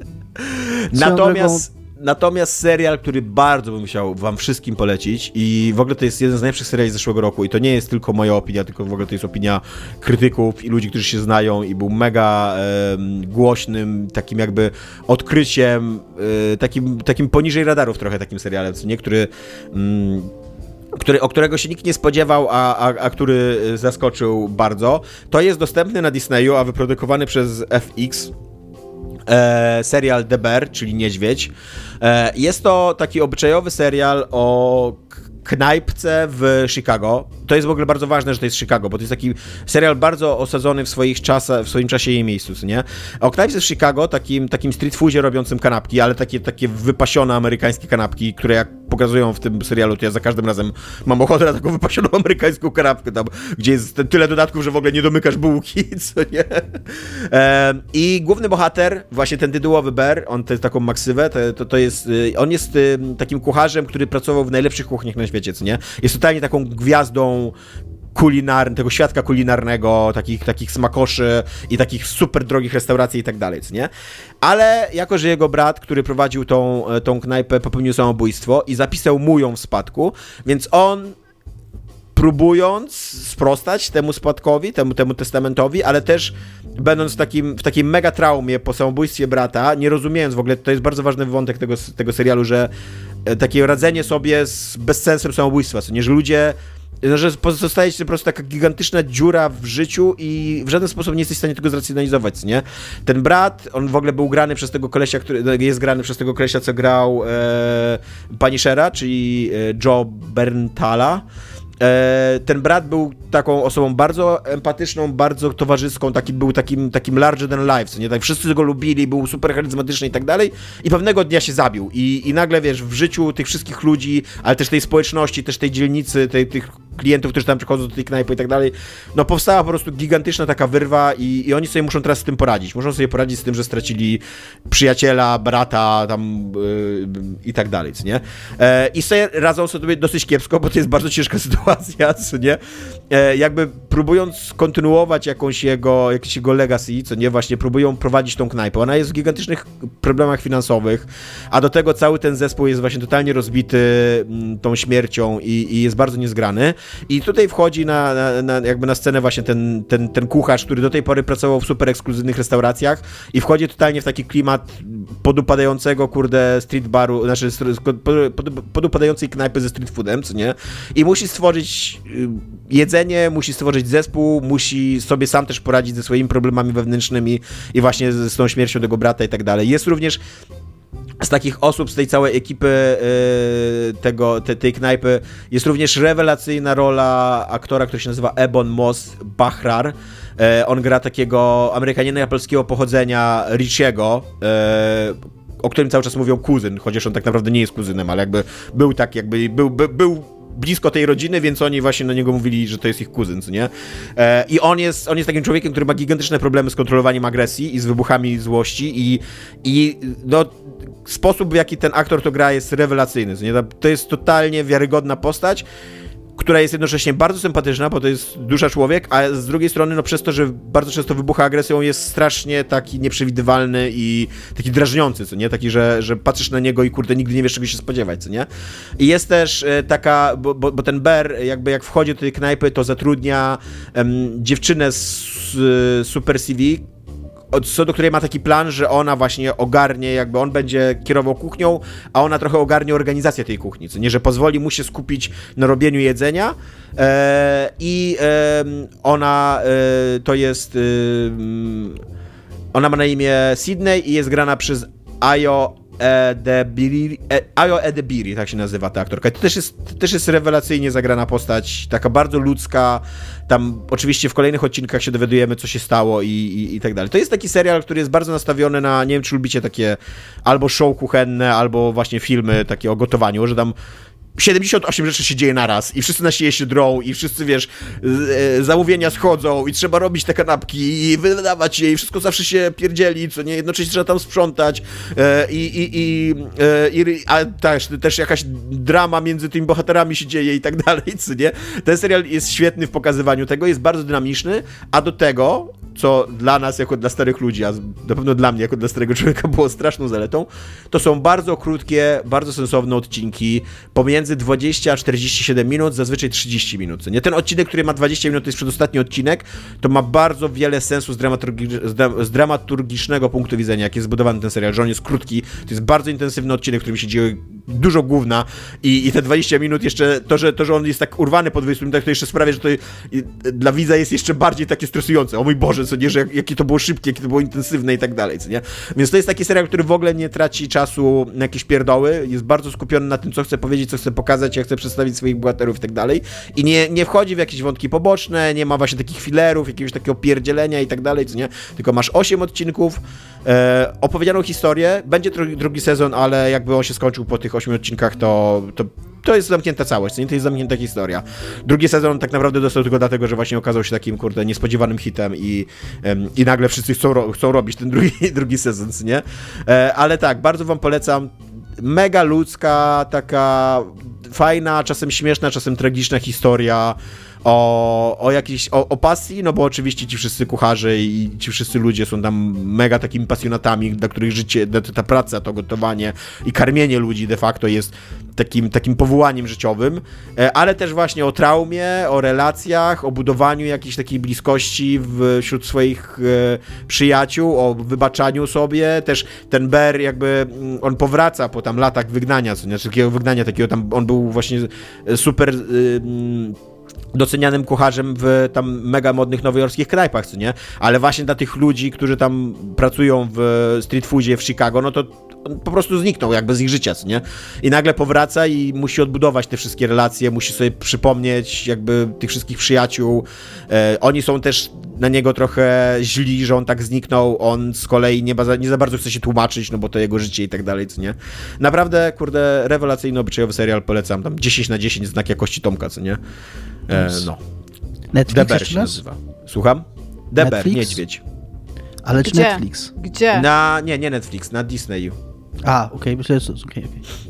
Natomiast serial, który bardzo bym chciał wam wszystkim polecić i w ogóle to jest jeden z najlepszych seriali z zeszłego roku i to nie jest tylko moja opinia, tylko w ogóle to jest opinia krytyków i ludzi, którzy się znają i był mega głośnym, takim jakby odkryciem, takim poniżej radarów trochę takim serialem, co nie? O którego się nikt nie spodziewał, a który zaskoczył bardzo. To jest dostępny na Disneyu, a wyprodukowany przez FX. Serial The Bear, czyli Niedźwiedź. Jest to taki obyczajowy serial o knajpce w Chicago. To jest w ogóle bardzo ważne, że to jest Chicago, bo to jest taki serial bardzo osadzony w swoim czasie i miejscu, nie? O knajpce w Chicago, takim street foodzie robiącym kanapki, ale takie wypasione amerykańskie kanapki, które jak pokazują w tym serialu, to ja za każdym razem mam ochotę na taką wypasioną amerykańską kanapkę tam, gdzie jest tyle dodatków, że w ogóle nie domykasz bułki, co nie? I główny bohater, właśnie ten tytułowy Bear, on to jest taką maksywę, on jest takim kucharzem, który pracował w najlepszych kuchniach na świecie, co nie? Jest totalnie taką gwiazdą tego świadka kulinarnego, takich smakoszy i takich super drogich restauracji i tak dalej, co nie? Ale jako, że jego brat, który prowadził tą knajpę, popełnił samobójstwo i zapisał mu ją w spadku, więc on próbując sprostać temu spadkowi, temu testamentowi, ale też będąc w takiej mega traumie po samobójstwie brata, nie rozumiejąc w ogóle, to jest bardzo ważny wątek tego serialu, że takie radzenie sobie z bezsensem samobójstwa, co nie, że ludzie, że pozostaje po prostu taka gigantyczna dziura w życiu i w żaden sposób nie jesteś w stanie tego zracjonalizować, nie? Ten brat, on w ogóle był grany przez tego kolesia, jest grany przez tego kolesia, co grał Punishera, czyli Joe Berntala. Ten brat był taką osobą bardzo empatyczną, bardzo towarzyską, był takim larger than life, co nie? Tak, wszyscy go lubili, był super charyzmatyczny i tak dalej i pewnego dnia się zabił i nagle, wiesz, w życiu tych wszystkich ludzi, ale też tej społeczności, też tej dzielnicy, tych klientów, którzy tam przychodzą do tej knajpy i tak dalej, no powstała po prostu gigantyczna taka wyrwa i oni sobie muszą teraz z tym poradzić. Muszą sobie poradzić z tym, że stracili przyjaciela, brata tam i tak dalej, co nie? I sobie radzą sobie dosyć kiepsko, bo to jest bardzo ciężka sytuacja, co nie? Jakby próbując kontynuować jakieś jego legacy, co nie? Właśnie próbują prowadzić tą knajpę. Ona jest w gigantycznych problemach finansowych, a do tego cały ten zespół jest właśnie totalnie rozbity tą śmiercią i jest bardzo niezgrany. I tutaj wchodzi jakby na scenę właśnie ten kucharz, który do tej pory pracował w super ekskluzywnych restauracjach i wchodzi totalnie w taki klimat podupadającego, street baru, znaczy podupadającej knajpy ze street foodem, co nie? I musi stworzyć jedzenie, musi stworzyć zespół, musi sobie sam też poradzić ze swoimi problemami wewnętrznymi i właśnie z tą śmiercią tego brata i tak dalej. Jest również z takich osób, z tej całej ekipy tej knajpy jest również rewelacyjna rola aktora, który się nazywa Ebon Moss-Bachrach. On gra takiego Amerykanina polskiego pochodzenia Richiego, o którym cały czas mówią kuzyn, chociaż on tak naprawdę nie jest kuzynem, ale był blisko tej rodziny, więc oni właśnie na niego mówili, że to jest ich kuzyn, co nie? I on jest takim człowiekiem, który ma gigantyczne problemy z kontrolowaniem agresji i z wybuchami złości i no, sposób, w jaki ten aktor to gra, jest rewelacyjny, co nie? To jest totalnie wiarygodna postać, która jest jednocześnie bardzo sympatyczna, bo to jest dusza człowiek, a z drugiej strony, no przez to, że bardzo często wybucha agresją, jest strasznie taki nieprzewidywalny i taki drażniący, co nie? Taki, że patrzysz na niego i kurde, nigdy nie wiesz, czego się spodziewać, co nie? I jest też taka, bo ten Bear, jakby jak wchodzi do tej knajpy, to zatrudnia dziewczynę z Super CV, co do której ma taki plan, że ona właśnie ogarnie, jakby on będzie kierował kuchnią, a ona trochę ogarnie organizację tej kuchni, co nie, że pozwoli mu się skupić na robieniu jedzenia i ona to jest ona ma na imię Sydney i jest grana przez Ayo Edebiri, tak się nazywa ta aktorka. I to też jest rewelacyjnie zagrana postać, taka bardzo ludzka. Tam oczywiście w kolejnych odcinkach się dowiadujemy, co się stało i tak dalej. To jest taki serial, który jest bardzo nastawiony na, nie wiem, czy lubicie takie albo show kuchenne, albo właśnie filmy takie o gotowaniu, że tam 78 rzeczy się dzieje naraz i wszyscy na siebie się drą i wszyscy, wiesz, zamówienia schodzą i trzeba robić te kanapki i wydawać je i wszystko zawsze się pierdzieli, co nie, jednocześnie trzeba tam sprzątać a też jakaś drama między tymi bohaterami się dzieje i tak dalej, co nie. Ten serial jest świetny w pokazywaniu tego, jest bardzo dynamiczny, a do tego, co dla nas, jako dla starych ludzi, a na pewno dla mnie, jako dla starego człowieka, było straszną zaletą, to są bardzo krótkie, bardzo sensowne odcinki, pomiędzy 20 a 47 minut, zazwyczaj 30 minut. Nie? Ten odcinek, który ma 20 minut, to jest przedostatni odcinek, to ma bardzo wiele sensu z dramaturgicznego punktu widzenia, jak jest zbudowany ten serial, że on jest krótki, to jest bardzo intensywny odcinek, w którym się dzieje dużo gówna i te 20 minut jeszcze, to, że on jest tak urwany po 20 minutach, to jeszcze sprawia, że to dla widza jest jeszcze bardziej takie stresujące. O mój Boże, co nie, że jakie to było szybkie, jakie to było intensywne i tak dalej, co nie? Więc to jest taki serial, który w ogóle nie traci czasu na jakieś pierdoły, jest bardzo skupiony na tym, co chce powiedzieć, co chce pokazać, jak chce przedstawić swoich bohaterów i tak dalej. I nie wchodzi w jakieś wątki poboczne, nie ma właśnie takich filerów, jakiegoś takiego pierdzielenia i tak dalej, co nie? Tylko masz 8 odcinków, opowiedzianą historię, będzie drugi sezon, ale jakby on się skończył po tych 8 odcinkach, to jest zamknięta całość, nie? To jest zamknięta historia. Drugi sezon tak naprawdę dostał tylko dlatego, że właśnie okazał się takim, kurde, niespodziewanym hitem i nagle wszyscy chcą robić ten drugi sezon, nie? Ale tak, bardzo wam polecam. Mega ludzka, taka fajna, czasem śmieszna, czasem tragiczna historia o pasji, no bo oczywiście ci wszyscy kucharze i ci wszyscy ludzie są tam mega takimi pasjonatami, dla których życie, ta praca, to gotowanie i karmienie ludzi de facto jest takim powołaniem życiowym, ale też właśnie o traumie, o relacjach, o budowaniu jakiejś takiej bliskości wśród swoich przyjaciół, o wybaczaniu sobie. Też ten Bear jakby, on powraca po tam latach wygnania, co nie, takiego wygnania, takiego tam, on był właśnie super docenianym kucharzem w tam mega modnych nowojorskich knajpach, co nie? Ale właśnie dla tych ludzi, którzy tam pracują w street foodzie w Chicago, no to on po prostu zniknął jakby z ich życia, co nie? I nagle powraca i musi odbudować te wszystkie relacje, musi sobie przypomnieć jakby tych wszystkich przyjaciół. Oni są też na niego trochę źli, że on tak zniknął, on z kolei nie za bardzo chce się tłumaczyć, no bo to jego życie i tak dalej, co nie? Naprawdę, kurde, rewelacyjny, obyczajowy serial, polecam, tam 10/10 znak jakości Tomka, co nie? No. Netflix Deber się nazywa. Słucham? Deber, niedźwiedź. Ale czy Netflix? Gdzie? Nie Netflix, na Disneyu. Okej, myślę, że okej.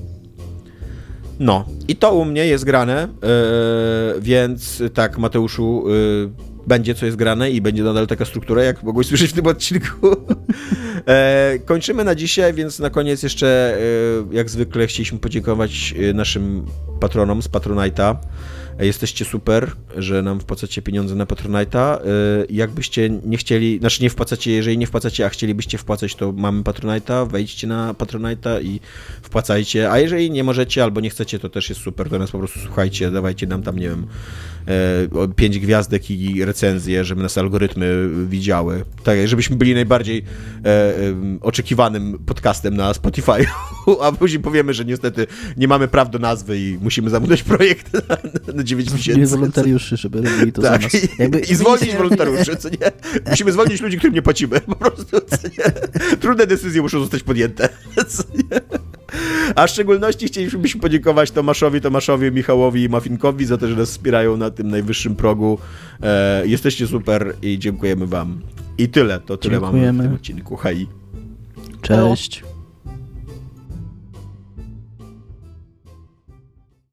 No. I to u mnie jest grane, więc tak, Mateuszu, będzie co jest grane i będzie nadal taka struktura, jak mogłeś słyszeć w tym odcinku. Kończymy na dzisiaj, więc na koniec jeszcze, jak zwykle, chcieliśmy podziękować naszym patronom z Patronite'a. Jesteście super, że nam wpłacacie pieniądze na Patronite'a. Jakbyście nie chcieli, znaczy nie wpłacacie, jeżeli nie wpłacacie, a chcielibyście wpłacać, to mamy Patronite'a, wejdźcie na Patronite'a i wpłacajcie, a jeżeli nie możecie albo nie chcecie, to też jest super, to nas po prostu słuchajcie, dawajcie nam tam, nie wiem, 5 gwiazdek i recenzje, żeby nas algorytmy widziały. Tak, żebyśmy byli najbardziej oczekiwanym podcastem na Spotify, a później powiemy, że niestety nie mamy praw do nazwy i musimy zamknąć projekt na 9 miesięcy. Nie wolontariuszy, żeby robili to tak, za nas. I zwolnić wolontariuszy, co nie? Musimy zwolnić ludzi, którym nie płacimy, po prostu, co nie? Trudne decyzje muszą zostać podjęte, co nie? A w szczególności chcielibyśmy podziękować Tomaszowi, Michałowi i Muffinkowi za to, że nas wspierają na tym najwyższym progu. Jesteście super i dziękujemy wam. I tyle, to tyle mamy w tym odcinku. Hej. Cześć.